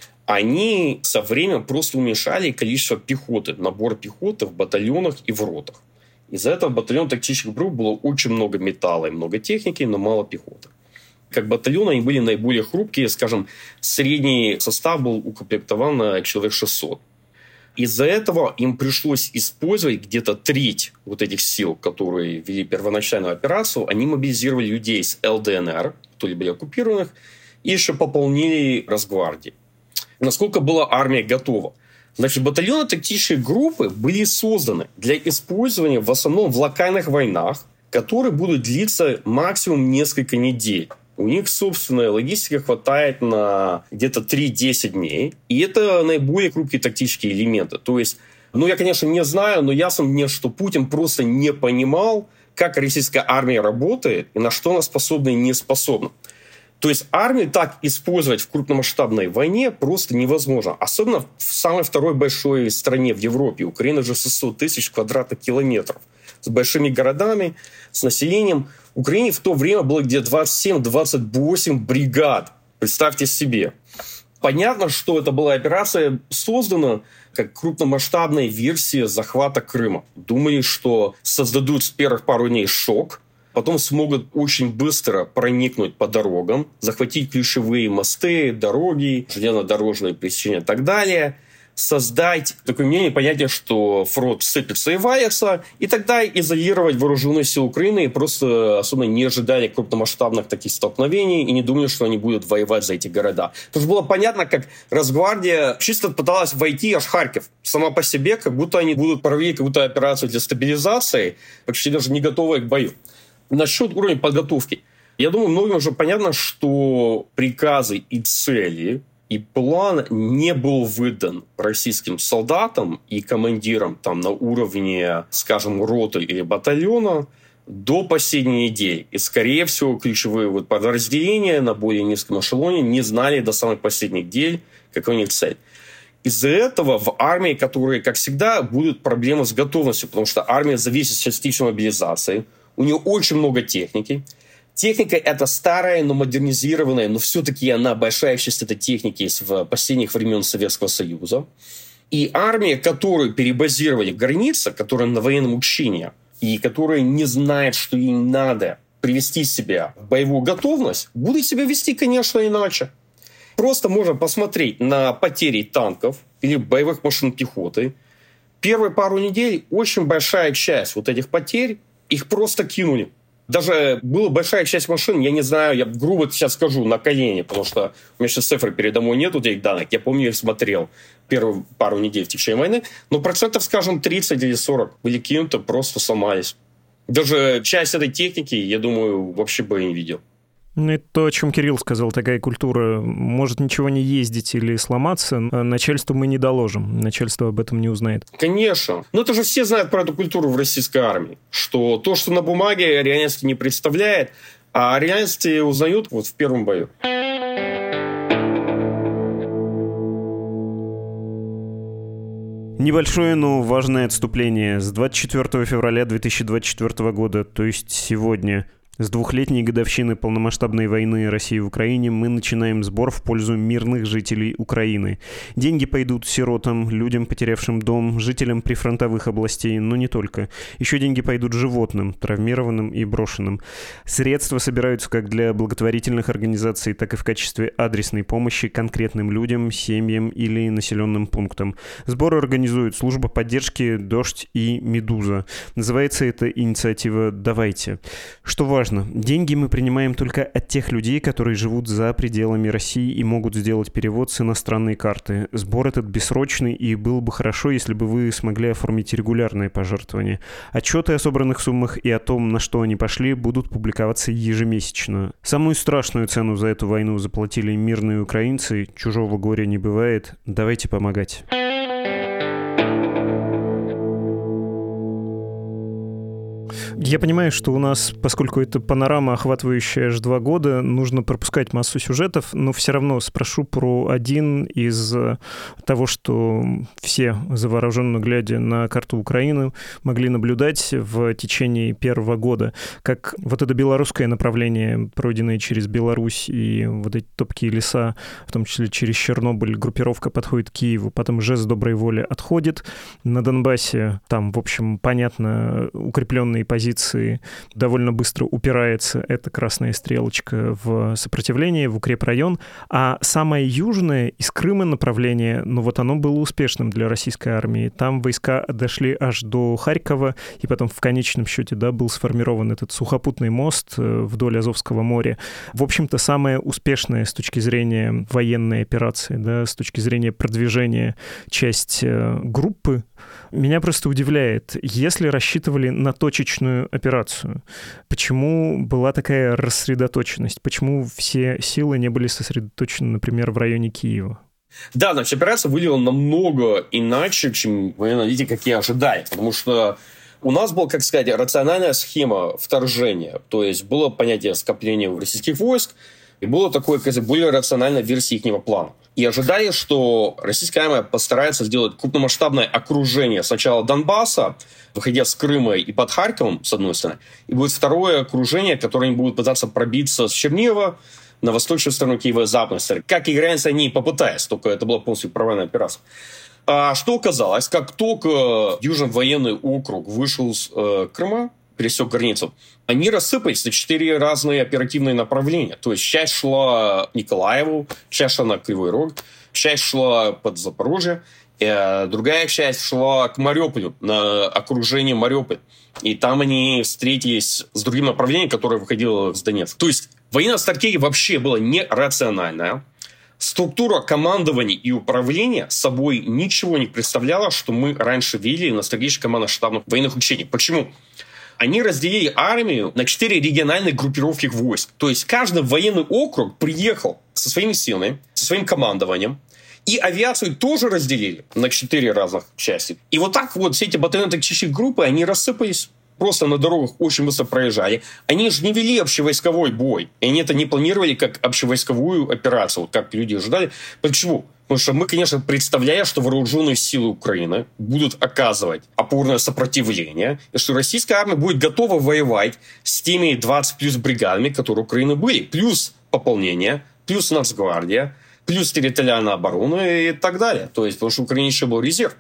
A: Они со временем просто уменьшали количество пехоты, набор пехоты в батальонах и в ротах. Из-за этого в батальон тактических групп было очень много металла и много техники, но мало пехоты. Как батальоны они были наиболее хрупкие, скажем, средний состав был укомплектован на человек шестьсот. Из-за этого им пришлось использовать где-то треть вот этих сил, которые вели первоначальную операцию. Они мобилизировали людей с эл дэ эн эр, кто были оккупированных, и еще пополнили Росгвардии. Насколько была армия готова? Значит, батальоны тактической группы были созданы для использования в основном в локальных войнах, которые будут длиться максимум несколько недель. У них собственная логистика хватает на где-то три-десять дней. И это наиболее крупные тактические элементы. То есть, ну, я, конечно, не знаю, но ясно мне, что Путин просто не понимал, как российская армия работает и на что она способна и не способна. То есть армию так использовать в крупномасштабной войне просто невозможно. Особенно в самой второй большой стране в Европе. Украина же шестьсот тысяч квадратных километров. С большими городами, с населением. В Украине в то время было где-то двадцать семь - двадцать восемь бригад. Представьте себе. Понятно, что это была операция создана как крупномасштабная версия захвата Крыма. Думали, что создадут с первых пару дней шок, потом смогут очень быстро проникнуть по дорогам, захватить ключевые мосты, дороги, железнодорожные пересечения и так далее, создать такое мнение, понятие, что фронт сыпется и валится, и тогда изолировать вооруженные силы Украины, и просто особо не ожидали крупномасштабных таких столкновений и не думали, что они будут воевать за эти города. Потому что было понятно, как Росгвардия чисто пыталась войти аж в Харьков сама по себе, как будто они будут проводить какую-то операцию для стабилизации, почти даже не готовые к бою. Насчет уровня подготовки. Я думаю, многим уже понятно, что приказы и цели, и план не был выдан российским солдатам и командирам там, на уровне, скажем, роты или батальона до последней недели. И, скорее всего, ключевые вот подразделения на более низком эшелоне не знали до самых последних недель, какая у них цель. Из-за этого в армии, которые, как всегда, будут проблемы с готовностью, потому что армия зависит от частичной мобилизации. У нее очень много техники. Техника эта старая, но модернизированная, но все-таки она большая часть этой техники из последних времен Советского Союза. И армия, которую перебазировали в границах, которая на военном учении, и которая не знает, что ей надо привести себя в боевую готовность, будет себя вести, конечно, иначе. Просто можно посмотреть на потери танков или боевых машин пехоты. Первые пару недель очень большая часть вот этих потерь, их просто кинули. Даже была большая часть машин, я не знаю, я грубо сейчас скажу, на колени, потому что у меня сейчас цифры передо мной нет этих данных. Я помню, я смотрел первую пару недель в течение войны, но процентов, скажем, тридцать или сорок были кинуты, просто сломались. Даже часть этой техники, я думаю, вообще бы и не видел.
B: Ну, это то, о чем Кирилл сказал, такая культура. Может ничего не ездить или сломаться, начальству мы не доложим, начальство об этом не узнает.
A: Конечно. Но это же все знают про эту культуру в российской армии, что то, что на бумаге, реальности не представляет, а реальности узнают вот в первом бою.
B: Небольшое, но важное отступление. С двадцать четвёртого февраля две тысячи двадцать четвёртого года, то есть сегодня, с двухлетней годовщины полномасштабной войны России в Украине, мы начинаем сбор в пользу мирных жителей Украины. Деньги пойдут сиротам, людям, потерявшим дом, жителям прифронтовых областей, но не только. Еще деньги пойдут животным, травмированным и брошенным. Средства собираются как для благотворительных организаций, так и в качестве адресной помощи конкретным людям, семьям или населенным пунктам. Сбор организует служба поддержки «Дождь» и «Медуза». Называется эта инициатива «Давайте». Что важно? Деньги мы принимаем только от тех людей, которые живут за пределами России и могут сделать перевод с иностранной карты. Сбор этот бессрочный, и было бы хорошо, если бы вы смогли оформить регулярные пожертвования. Отчеты о собранных суммах и о том, на что они пошли, будут публиковаться ежемесячно. Самую страшную цену за эту войну заплатили мирные украинцы. Чужого горя не бывает. Давайте помогать. Я понимаю, что у нас, поскольку это панорама, охватывающая аж два года, нужно пропускать массу сюжетов, но все равно спрошу про один из того, что все, завороженно глядя на карту Украины, могли наблюдать в течение первого года, как вот это белорусское направление, пройденное через Беларусь и вот эти топкие леса, в том числе через Чернобыль, группировка подходит к Киеву, потом жест доброй воли отходит. На Донбассе там, в общем, понятно, укрепленные позиции, довольно быстро упирается эта красная стрелочка в сопротивление, в укрепрайон. А самое южное, из Крыма направление, ну вот оно было успешным для российской армии. Там войска дошли аж до Харькова, и потом в конечном счете, да, был сформирован этот сухопутный мост вдоль Азовского моря. В общем-то, самая успешная с точки зрения военной операции, да, с точки зрения продвижения часть группы. Меня просто удивляет, если рассчитывали на точечную операцию, почему была такая рассредоточенность? Почему все силы не были сосредоточены, например, в районе Киева?
A: Да, значит, операция выглядела намного иначе, чем военные аналитики, как я ожидали. Потому что у нас была, как сказать, рациональная схема вторжения. То есть было понятие скопления российских войск, и было такое, как более рациональная версия их плана. И ожидали, что российская армия постарается сделать крупномасштабное окружение сначала Донбасса, выходя с Крыма и под Харьковом, с одной стороны, и будет второе окружение, которое они будут пытаться пробиться с Чернигова на восточную сторону Киева и западную сторону. Как и границы они попытались, только это была полностью провальная операция. А что оказалось? Как только Южный военный округ вышел с э, Крыма, пересек границу, они рассыпались на четыре разные оперативные направления. То есть часть шла к Николаеву, часть шла на Кривой Рог, часть шла под Запорожье, э, другая часть шла к Мариуполю, на окружение Мариуполя. И там они встретились с другим направлением, которое выходило с Донецка. То есть военная стратегия вообще была нерациональная. Структура командования и управления собой ничего не представляла, что мы раньше видели на стратегических командно-штабных военных учениях. Почему? Они разделили армию на четыре региональных группировки войск. То есть каждый военный округ приехал со своими силами, со своим командованием. И авиацию тоже разделили на четыре разных части. И вот так вот все эти батальонно-тактические группы, они рассыпались. Просто на дорогах очень быстро проезжали. Они же не вели общевойсковой бой. И они это не планировали как общевойсковую операцию, как люди ожидали. Почему? Потому что мы, конечно, представляем, что вооруженные силы Украины будут оказывать опорное сопротивление, и что российская армия будет готова воевать с теми двадцать плюс бригадами, которые у Украины были. Плюс пополнение, плюс Нацгвардия, плюс территориальная оборона и так далее. То есть, потому что у Украины еще был резерв.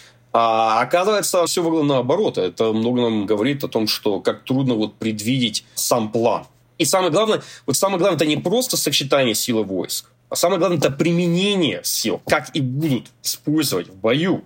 A: А оказывается, все выглядит наоборот. Это много нам говорит о том, что как трудно вот предвидеть сам план. И самое главное, вот самое главное, это не просто сочетание силы войск, А самое главное, это применение сил, как их будут использовать в бою.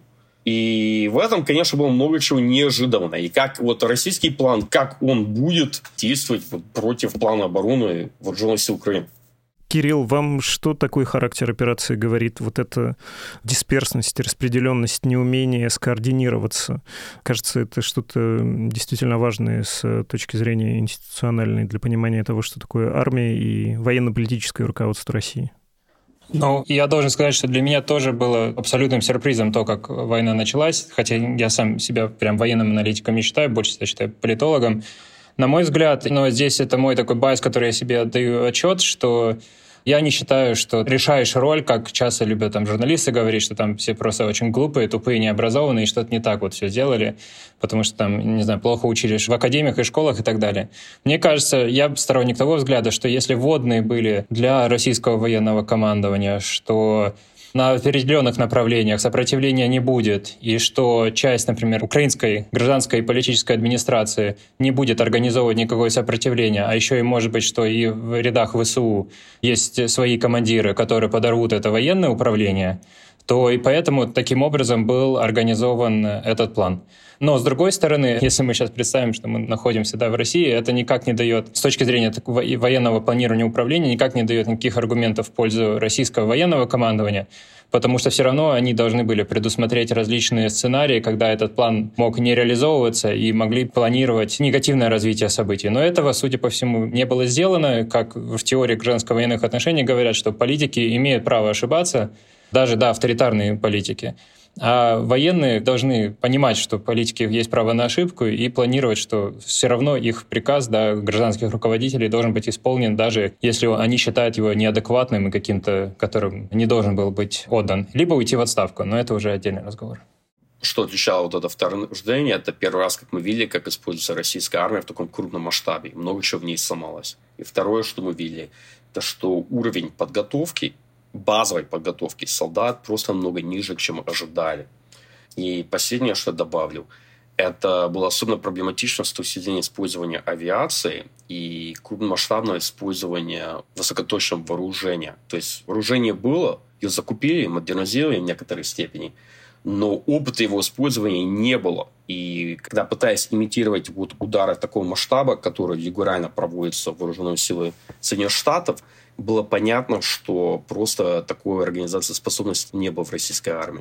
A: И в этом, конечно, было много чего неожиданного. И как вот российский план, как он будет действовать вот против плана обороны вооруженных сил Украины.
B: Кирилл, вам что такой характер операции говорит? Вот эта дисперсность, распределенность, неумение скоординироваться. Кажется, это что-то действительно важное с точки зрения институциональной для понимания того, что такое армия и военно-политическое руководство России.
C: Ну, я должен сказать, что для меня тоже было абсолютным сюрпризом то, как война началась, хотя я сам себя прям военным аналитиком не считаю, больше себя считаю политологом. На мой взгляд, но здесь это мой такой байс, который я себе отдаю отчет, что я не считаю, что решаешь роль, как часто любят там журналисты говорить, что там все просто очень глупые, тупые, необразованные, и что-то не так вот все делали, потому что там, не знаю, плохо учились в академиях и школах и так далее. Мне кажется, я сторонник того взгляда, что если вводные были для российского военного командования, что на определенных направлениях сопротивления не будет, и что часть, например, украинской гражданской и политической администрации не будет организовывать никакое сопротивление, а еще и может быть, что и в рядах ВСУ есть свои командиры, которые подорвут это военное управление, то и поэтому таким образом был организован этот план. Но, с другой стороны, если мы сейчас представим, что мы находимся да, в России, это никак не дает, с точки зрения военного планирования управления, никак не дает никаких аргументов в пользу российского военного командования, потому что все равно они должны были предусмотреть различные сценарии, когда этот план мог не реализовываться и могли планировать негативное развитие событий. Но этого, судя по всему, не было сделано. Как в теории гражданско-военных отношений говорят, что политики имеют право ошибаться, даже да, авторитарные политики. А военные должны понимать, что политики есть право на ошибку и планировать, что все равно их приказ да, гражданских руководителей должен быть исполнен, даже если они считают его неадекватным и каким-то, которым не должен был быть отдан. Либо уйти в отставку, но это уже отдельный разговор.
A: Что отличало вот это вторжение, это первый раз, как мы видели, как используется российская армия в таком крупном масштабе. Много чего в ней сломалось. И второе, что мы видели, это что уровень подготовки, базовой подготовки солдат просто намного ниже, чем ожидали. И последнее, что я добавлю, это было особенно проблематично с точки зрения использования авиации и крупномасштабного использования высокоточного вооружения. То есть вооружение было, ее закупили, модернизировали в некоторой степени, но опыта его использования не было. И когда пытаясь имитировать вот удары такого масштаба, которые регулярно проводятся в вооруженные силы Соединенных Штатов, было понятно, что просто такой организации способности не было в российской армии.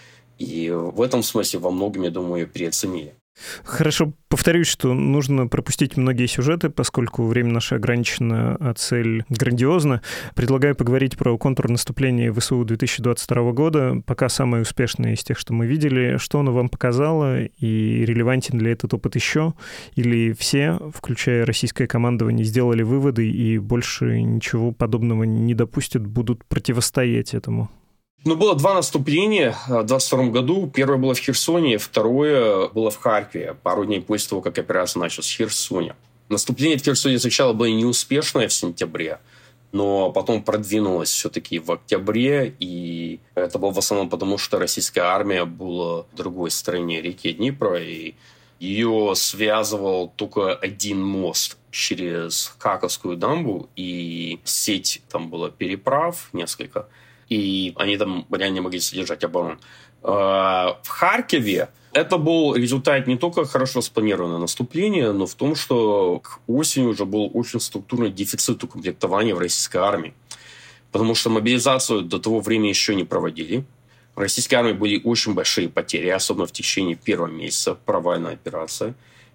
A: И в этом смысле во многом, я думаю, переоценили.
B: Хорошо, повторюсь, что нужно пропустить многие сюжеты, поскольку время наше ограничено, а цель грандиозна. Предлагаю поговорить про контрнаступление ВСУ две тысячи двадцать второго года, пока самое успешное из тех, что мы видели. Что оно вам показало и релевантен ли этот опыт еще? Или все, включая российское командование, сделали выводы и больше ничего подобного не допустят, будут противостоять этому?
A: Ну, было два наступления в двадцать втором году. Первое было в Херсоне, второе было в Харькове, пару дней после того, как операция началась в Херсоне. Наступление в Херсоне сначала было неуспешное в сентябре, но потом продвинулось все-таки в октябре, и это было в основном потому, что российская армия была в другой стороне реки Днепра, и ее связывал только один мост через Хаковскую дамбу, и сеть там была переправ несколько, и они там реально не могли содержать оборону. В Харькове это был результат не только хорошо спланированного наступления, но в том, что к осени уже был очень структурный дефицит укомплектования в российской армии. Потому что мобилизацию до того времени еще не проводили. В российской армии были очень большие потери, особенно в течение первого месяца провальной операции.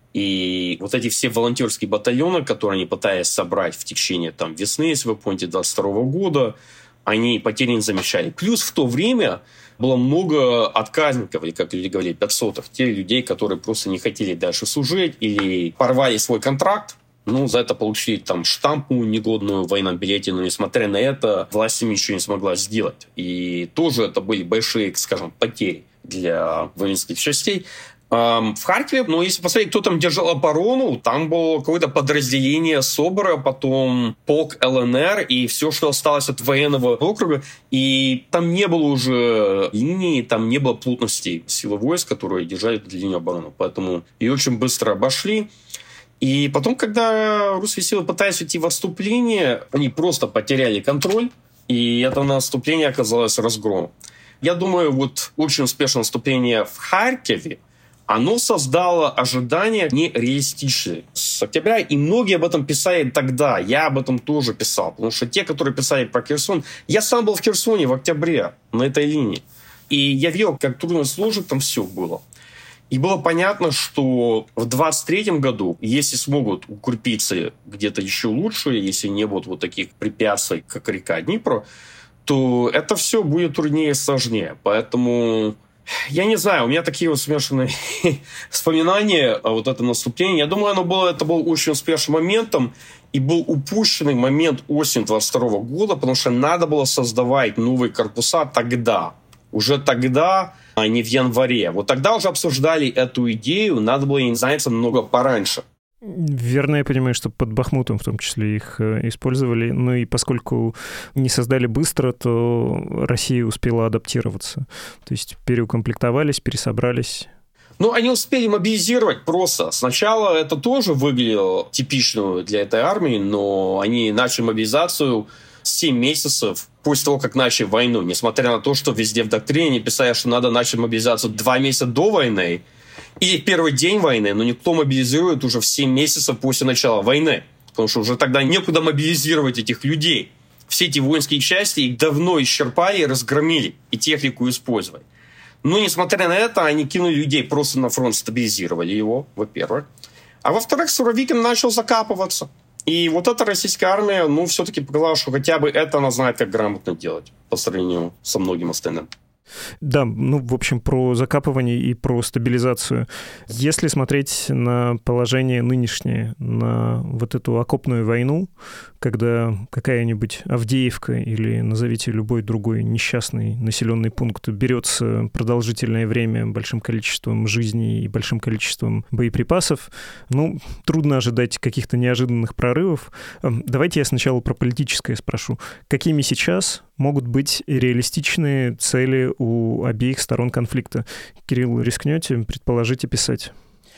A: И вот эти все волонтерские батальоны, которые они пытались собрать в течение там, весны, если вы помните, двадцать второго года, они потери не замечали. Плюс в то время было много отказников, или, как люди говорили, пятьсотых, те людей, которые просто не хотели дальше служить или порвали свой контракт, ну, за это получили там штампу негодную в военном билете, но несмотря на это, власть им ничего не смогла сделать. И тоже это были большие, скажем, потери для воинских частей. В Харькове, ну, если посмотреть, кто там держал оборону, там было какое-то подразделение СОБРа, потом полк ЛНР и все, что осталось от военного округа. И там не было уже линии, там не было плотности силы войск, которые держали эту линию обороны. Поэтому ее очень быстро обошли. И потом, когда русские силы пытались уйти в отступление, они просто потеряли контроль. И это наступление оказалось разгромом. Я думаю, вот очень успешное наступление в Харькове, оно создало ожидания нереалистичные с октября, и многие об этом писали тогда. Я об этом тоже писал, потому что те, которые писали про Херсон, я сам был в Херсоне в октябре на этой линии. И я видел, как трудно сложно там все было. И было понятно, что в двадцать третьем году, если смогут укрепиться где-то еще лучше, если не будет вот таких препятствий, как река Днепр, то это все будет труднее и сложнее. Поэтому, я не знаю, у меня такие вот смешанные воспоминания о вот этом наступлении. Я думаю, оно было, это был очень успешным моментом, и был упущенный момент осень двадцать второго года, потому что надо было создавать новые корпуса тогда. Уже тогда, а не в январе. Вот тогда уже обсуждали эту идею, надо было им заняться много пораньше.
B: Верно, я понимаю, что под Бахмутом в том числе их использовали. Ну и поскольку не создали быстро, то Россия успела адаптироваться. То есть переукомплектовались, пересобрались.
A: Ну, они успели мобилизировать просто. Сначала это тоже выглядело типично для этой армии, но они начали мобилизацию семь месяцев после того, как начали войну. Несмотря на то, что везде в доктрине писали, что надо начать мобилизацию два месяца до войны или первый день войны, но никто мобилизирует уже в семь месяцев после начала войны. Потому что уже тогда некуда мобилизировать этих людей. Все эти воинские части их давно исчерпали и разгромили, и технику использовали. Но, несмотря на это, они кинули людей просто на фронт, стабилизировали его, во-первых. А во-вторых, Суровикин начал закапываться. И вот эта российская армия, ну, все-таки показала, что хотя бы это она знает, как грамотно делать по сравнению со многим остальным.
B: Да, ну, в общем, про закапывание и про стабилизацию. Если смотреть на положение нынешнее, на вот эту окопную войну, когда какая-нибудь Авдеевка или, назовите, любой другой несчастный населенный пункт берется продолжительное время большим количеством жизней и большим количеством боеприпасов, ну, трудно ожидать каких-то неожиданных прорывов. Давайте я сначала про политическое спрошу. Какими сейчас могут быть реалистичные цели у обеих сторон конфликта? Кирилл, рискнете предположить и писать?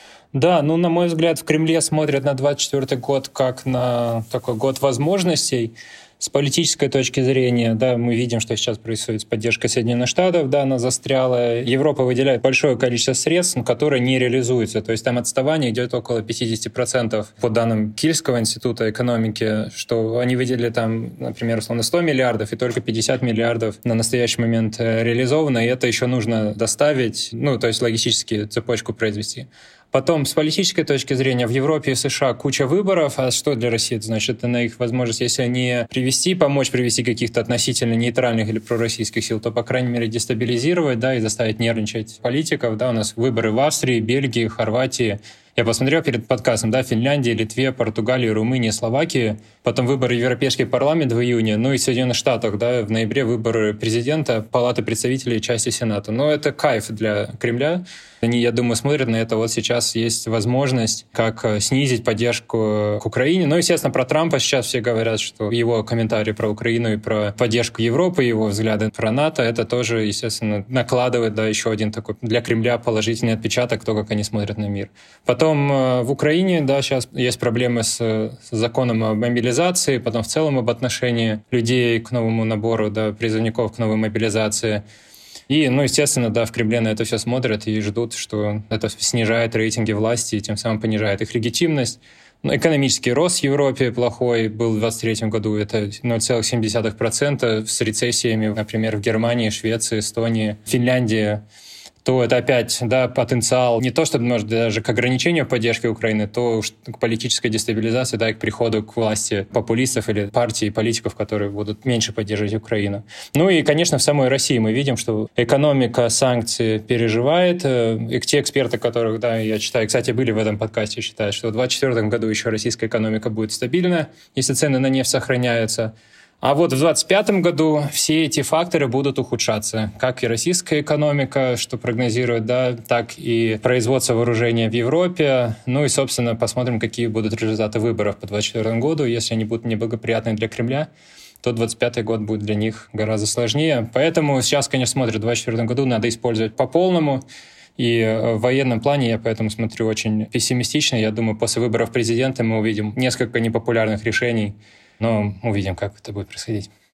C: Да, ну, на мой взгляд, в Кремле смотрят на двадцать четвёртый год как на такой год возможностей. С политической точки зрения, да, мы видим, что сейчас происходит с поддержкой Соединенных Штатов, да, она застряла. Европа выделяет большое количество средств, которые не реализуются. То есть там отставание идет около пятьдесят процентов по данным Кильского института экономики, что они выделили там, например, условно сто миллиардов, и только пятьдесят миллиардов на настоящий момент реализовано, и это еще нужно доставить, ну, то есть логистически цепочку произвести. Потом, с политической точки зрения, в Европе и США куча выборов. А что для России это значит? Это на их возможность, если не привести, помочь привести каких-то относительно нейтральных или пророссийских сил, то, по крайней мере, дестабилизировать, да, и заставить нервничать политиков. Да, у нас выборы в Австрии, Бельгии, Хорватии. Я посмотрел перед подкастом, да, Финляндии, Литве, Португалии, Румынии, Словакии. Потом выборы в Европейский парламент в июне. Ну и в Соединенных Штатах, да, в ноябре выборы президента, Палаты представителей и части Сената. Но это кайф для Кремля. Они, я думаю, смотрят на это. Вот сейчас есть возможность, как снизить поддержку к Украине. Ну, естественно, про Трампа сейчас все говорят, что его комментарии про Украину и про поддержку Европы, его взгляды про НАТО, это тоже, естественно, накладывает, да, еще один такой для Кремля положительный отпечаток, то, как они смотрят на мир. Потом в Украине, да, сейчас есть проблемы с, с законом о мобилизации, потом в целом об отношении людей к новому набору, да, призывников к новой мобилизации. И, ну, естественно, да, в Кремле на это все смотрят и ждут, что это снижает рейтинги власти и тем самым понижает их легитимность. Но экономический рост в Европе плохой был в двадцать третьем году, это ноль целых семь десятых процента с рецессиями, например, в Германии, Швеции, Эстонии, Финляндии. То это опять, да, потенциал не то, чтобы, может, даже к ограничению поддержки Украины, то к политической дестабилизации, да, и к приходу к власти популистов или партий и политиков, которые будут меньше поддерживать Украину. Ну и, конечно, в самой России мы видим, что экономика санкций переживает. И те эксперты, которых, да, я читаю, кстати, были в этом подкасте, считают, что в двадцать четвёртом году еще российская экономика будет стабильна, если цены на нефть сохраняются. А вот в двадцать пятом году все эти факторы будут ухудшаться. Как и российская экономика, что прогнозирует, да, так и производство вооружения в Европе. Ну и, собственно, посмотрим, какие будут результаты выборов по двадцать четвёртому году. Если они будут неблагоприятны для Кремля, то двадцать пятый год будет для них гораздо сложнее. Поэтому сейчас, конечно, смотрят, в двадцать четвёртом году надо использовать по полному. И в военном плане я поэтому смотрю очень пессимистично. Я думаю, после выборов президента мы увидим несколько непопулярных решений, но увидим, как это будет происходить.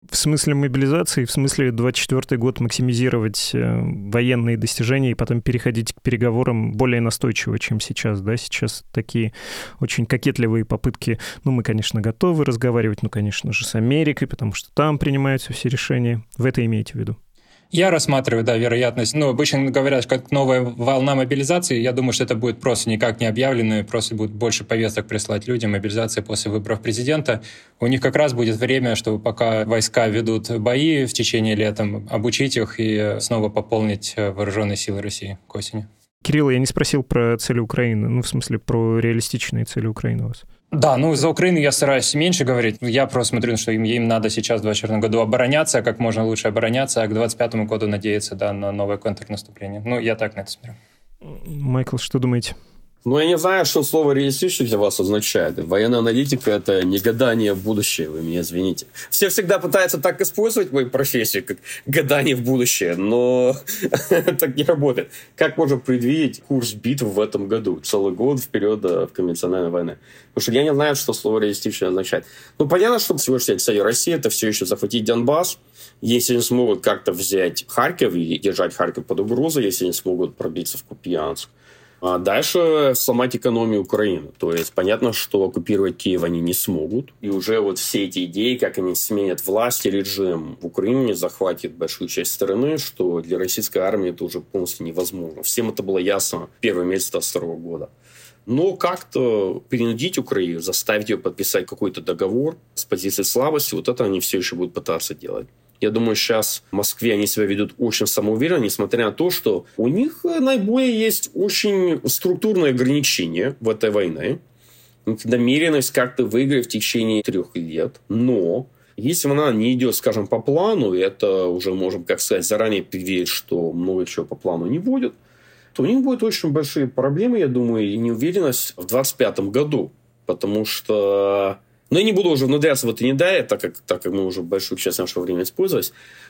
B: В смысле мобилизации, в смысле двадцать четвёртый год максимизировать военные достижения и потом переходить к переговорам более настойчиво, чем сейчас, да? Сейчас такие очень кокетливые попытки. Ну, мы, конечно, готовы разговаривать, ну, конечно же, с Америкой, потому что там принимаются все решения. Вы это имеете в виду?
C: Я рассматриваю, да, вероятность. Ну, обычно говорят, как новая волна мобилизации. Я думаю, что это будет просто никак не объявленная, просто будет больше повесток прислать людям. Мобилизация после выборов президента. У них как раз будет время, чтобы пока войска ведут бои в течение лета, обучить их и снова пополнить вооруженные силы России к осени.
B: Кирилл, я не спросил про цели Украины, ну, в смысле, про реалистичные цели Украины у вас.
C: Да, ну, за Украину я стараюсь меньше говорить. Я просто смотрю, что им, им надо сейчас в двадцать четвёртом году обороняться, как можно лучше обороняться, а к двадцать пятому году надеяться, да, на новое контрнаступление. Ну, я так на это смотрю.
B: Майкл, что думаете?
A: Ну, я не знаю, что слово «реалистичный» для вас означает. Военная аналитика – это не гадание в будущее, вы меня извините. Все всегда пытаются так использовать мою профессию, как гадание в будущее, но так не работает. Как можно предвидеть курс битв в этом году? Целый год вперед в конвенциональной войне. Потому что я не знаю, что слово «реалистичный» означает. Ну, понятно, что сегодняшняя цель России – это все еще захватить Донбасс. Если они смогут как-то взять Харьков и держать Харьков под угрозой, если они смогут пробиться в Купьянск. А дальше сломать экономию Украины. То есть понятно, что оккупировать Киев они не смогут. И уже вот все эти идеи, как они сменят власть и режим в Украине, захватит большую часть страны, что для российской армии это уже полностью невозможно. Всем это было ясно в первый месяц двадцать второго года. Но как-то перенудить Украину, заставить ее подписать какой-то договор с позиции слабости, вот это они все еще будут пытаться делать. Я думаю, сейчас в Москве они себя ведут очень самоуверенно, несмотря на то, что у них наиболее есть очень структурные ограничения в этой войне. Намеренность как-то выиграть в течение трех лет. Но если она не идет, скажем, по плану, и это уже можем, как сказать, заранее предвидеть, что много чего по плану не будет, то у них будут очень большие проблемы, я думаю, и неуверенность в двадцать пятом году. Потому что... Но я не буду уже внедряться в это не дая, так как, так как мы уже большую часть нашего времени использовались.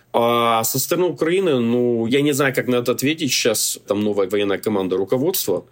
A: А со стороны Украины, ну, я не знаю, как на это ответить. Сейчас там новая военная команда руководства.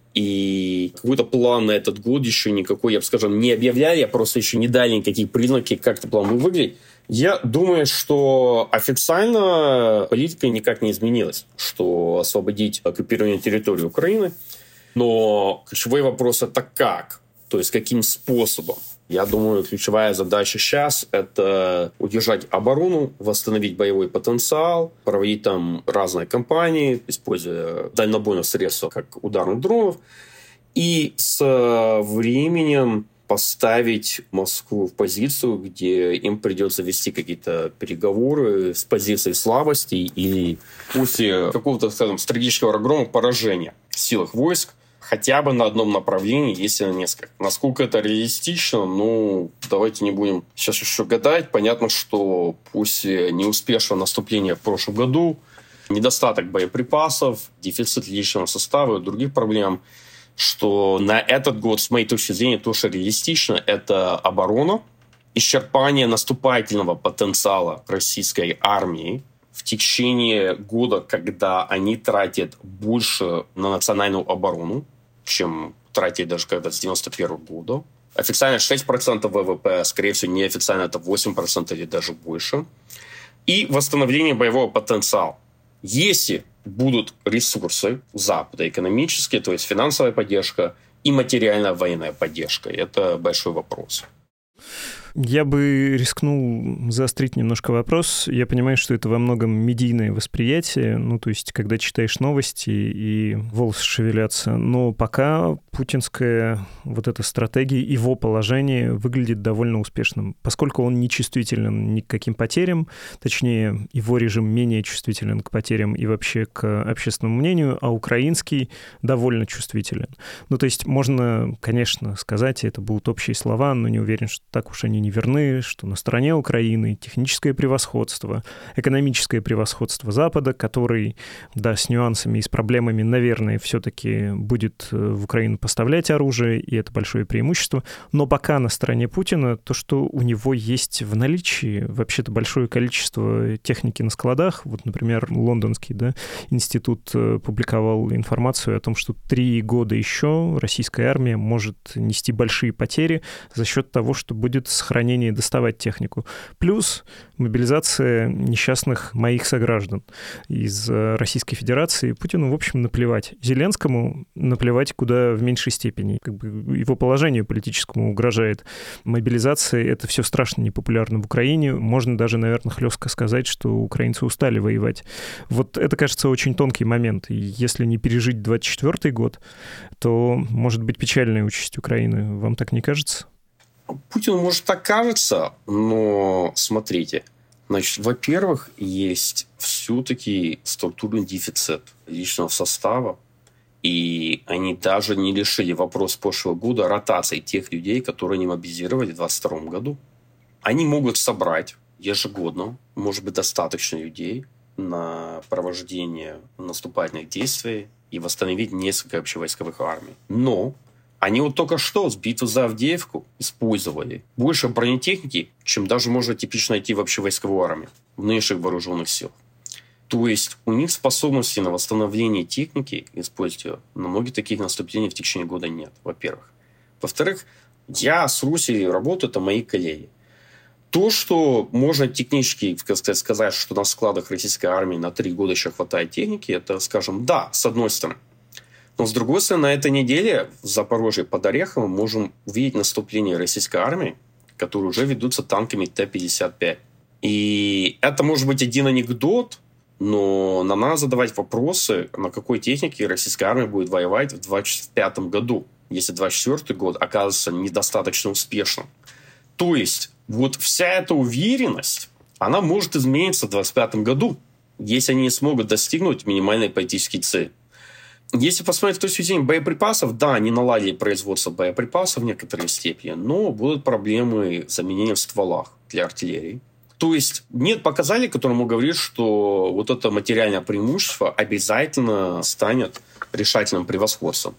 A: И какой-то план на этот год еще никакой, я бы скажем, не объявляли. Я просто еще не дали никакие признаки, как этот план будет выглядеть. Я думаю, что официально политика никак не изменилась, что освободить оккупированную территорию Украины. Но ключевой вопрос – это как? То есть каким способом? Я думаю, ключевая задача сейчас – это удержать оборону, восстановить боевой потенциал, проводить там разные кампании, используя дальнобойные средства, как ударных дронов, и с временем поставить Москву в позицию, где им придется вести какие-то переговоры с позиции слабости или после какого-то, скажем, стратегического разгрома, поражения в силах войск, хотя бы на одном направлении, если на несколько. Насколько это реалистично, ну, давайте не будем сейчас еще гадать. Понятно, что после неуспешного наступления в прошлом году, недостаток боеприпасов, дефицит личного состава и других проблем, что на этот год, с моей точки зрения, то, что реалистично, это оборона, исчерпание наступательного потенциала российской армии в течение года, когда они тратят больше на национальную оборону, чем тратили даже когда-то с девяносто первого года. Официально шесть процентов ВВП, скорее всего, неофициально это восемь процентов или даже больше. И восстановление боевого потенциала. Если будут ресурсы Запада экономические, то есть финансовая поддержка и материальная военная поддержка, это большой вопрос.
B: Я бы рискнул заострить немножко вопрос. Я понимаю, что это во многом медийное восприятие, ну, то есть, когда читаешь новости и волосы шевелятся, но пока путинская вот эта стратегия, его положение выглядит довольно успешным, поскольку он не чувствителен ни к каким потерям, точнее, его режим менее чувствителен к потерям и вообще к общественному мнению, а украинский довольно чувствителен. Ну, то есть, можно, конечно, сказать, это будут общие слова, но не уверен, что так уж они не верны, что на стороне Украины техническое превосходство, экономическое превосходство Запада, который, да, с нюансами и с проблемами, наверное, все-таки будет в Украину поставлять оружие, и это большое преимущество. Но пока на стороне Путина то, что у него есть в наличии вообще-то большое количество техники на складах. Вот, например, лондонский, да, институт публиковал информацию о том, что три года еще российская армия может нести большие потери за счет того, что будет сохранять хранение и доставать технику. Плюс мобилизация несчастных моих сограждан из Российской Федерации. Путину, в общем, наплевать. Зеленскому наплевать куда в меньшей степени. Как бы его положению политическому угрожает мобилизация. Это все страшно непопулярно в Украине. Можно даже, наверное, хлестко сказать, что украинцы устали воевать. Вот это, кажется, очень тонкий момент. И если не пережить двадцать четвёртый год, то может быть печальная участь Украины. Вам так не кажется?
A: Путину, может, так кажется, но смотрите. Значит, во-первых, есть все-таки структурный дефицит личного состава, и они даже не решили вопрос прошлого года ротации тех людей, которые они мобилизировали в двадцать втором году. Они могут собрать ежегодно, может быть, достаточно людей на провождение наступательных действий и восстановить несколько общевойсковых армий. Но они вот только что с битвы за Авдеевку использовали больше бронетехники, чем даже можно типично найти в общевойсковой армии, в нынешних вооруженных силах. То есть у них способности на восстановление техники, использовать ее, на многих таких наступлений в течение года нет, во-первых. Во-вторых, я с Русей работаю, это мои коллеги. То, что можно технически, как сказать, сказать, что на складах российской армии на три года еще хватает техники, это, скажем, да, с одной стороны. Но, с другой стороны, на этой неделе в Запорожье под Ореховым можем увидеть наступление российской армии, которые уже ведутся танками Т пятьдесят пять. И это может быть один анекдот, но нам надо задавать вопросы, на какой технике российская армия будет воевать в двадцать пятом году, если двадцать четвёртый год окажется недостаточно успешным. То есть вот вся эта уверенность, она может измениться в двадцать пятом году, если они не смогут достигнуть минимальной политической цели. Если посмотреть в той связи боеприпасов, да, они наладили производство боеприпасов в некоторой степени, но будут проблемы с заменением в стволах для артиллерии. То есть нет показателей, которые могут говорить, что вот это материальное преимущество обязательно станет решательным превосходством.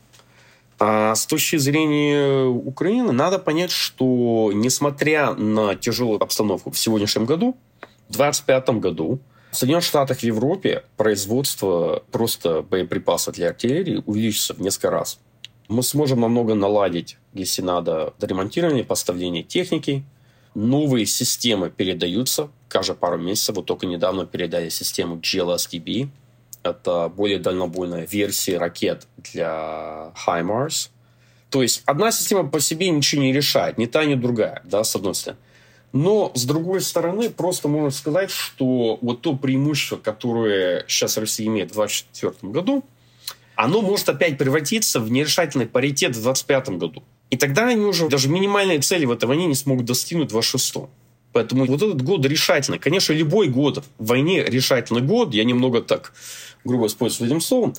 A: А с точки зрения Украины надо понять, что несмотря на тяжелую обстановку в сегодняшнем году, в двадцать пятом году в Соединенных Штатах и Европе производство просто боеприпасов для артиллерии увеличится в несколько раз. Мы сможем намного наладить, если надо, доремонтирование, поставление техники. Новые системы передаются каждые пару месяцев. Вот только недавно передали систему джи эл эс ди би. Это более дальнобойная версия ракет для HIMARS. То есть одна система по себе ничего не решает, ни та, ни другая, да, с одной стороны. Но, с другой стороны, просто можно сказать, что вот то преимущество, которое сейчас Россия имеет в двадцать четвёртом году, оно может опять превратиться в нерешательный паритет в двадцать пятом году. И тогда они уже даже минимальные цели в этой войне не смогут достигнуть в двадцать шестом. Поэтому вот этот год решательный. Конечно, любой год в войне решательный год. Я немного так грубо использую этим словом.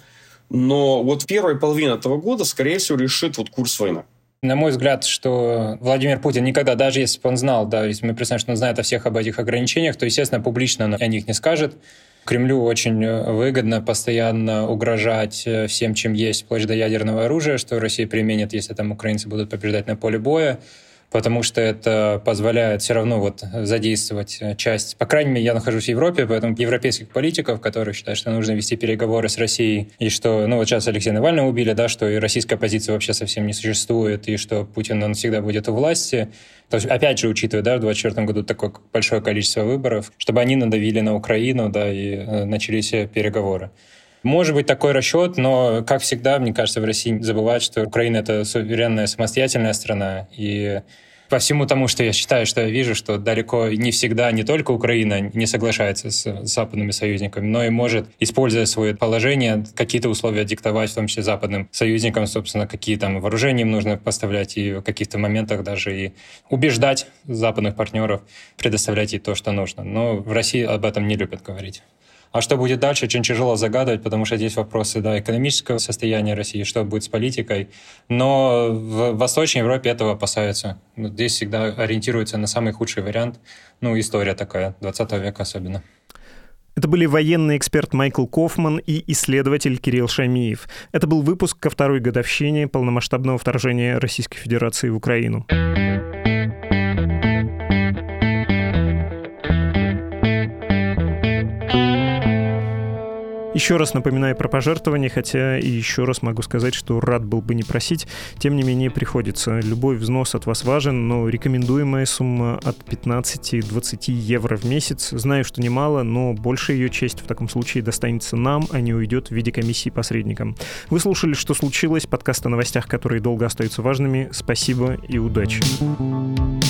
A: Но вот первая половина этого года, скорее всего, решит вот курс войны.
C: На мой взгляд, что Владимир Путин никогда, даже если бы он знал, да, если мы представим, что он знает о всех об этих ограничениях, то, естественно, публично он о них не скажет. Кремлю очень выгодно постоянно угрожать всем, чем есть, вплоть до ядерного оружия, что Россия применит, если там украинцы будут побеждать на поле боя, потому что это позволяет все равно вот задействовать часть... По крайней мере, я нахожусь в Европе, поэтому европейских политиков, которые считают, что нужно вести переговоры с Россией, и что, ну вот сейчас Алексея Навального убили, да, что и российская оппозиция вообще совсем не существует, и что Путин, он всегда будет у власти. То есть, опять же, учитывая, да, в двадцать четвёртом году такое большое количество выборов, чтобы они надавили на Украину, да, и э, начались переговоры. Может быть такой расчет, но, как всегда, мне кажется, в России забывают, что Украина — это суверенная, самостоятельная страна. И по всему тому, что я считаю, что я вижу, что далеко не всегда не только Украина не соглашается с западными союзниками, но и может, используя свое положение, какие-то условия диктовать, в том числе западным союзникам, собственно, какие там вооружения им нужно поставлять, и в каких-то моментах даже и убеждать западных партнеров предоставлять ей то, что нужно. Но в России об этом не любят говорить. А что будет дальше, очень тяжело загадывать, потому что здесь вопросы, да, экономического состояния России, что будет с политикой. Но в Восточной Европе этого опасаются. Здесь всегда ориентируются на самый худший вариант. Ну, история такая, двадцатого века особенно.
B: Это были военный эксперт Майкл Кофман и исследователь Кирилл Шамиев. Это был выпуск ко второй годовщине полномасштабного вторжения Российской Федерации в Украину. Еще раз напоминаю про пожертвования, хотя и еще раз могу сказать, что рад был бы не просить. Тем не менее, приходится. Любой взнос от вас важен, но рекомендуемая сумма от пятнадцати-двадцати евро в месяц. Знаю, что немало, но большая ее часть в таком случае достанется нам, а не уйдет в виде комиссии посредникам. Вы слушали «Что случилось?» Подкаст о новостях, которые долго остаются важными. Спасибо и удачи.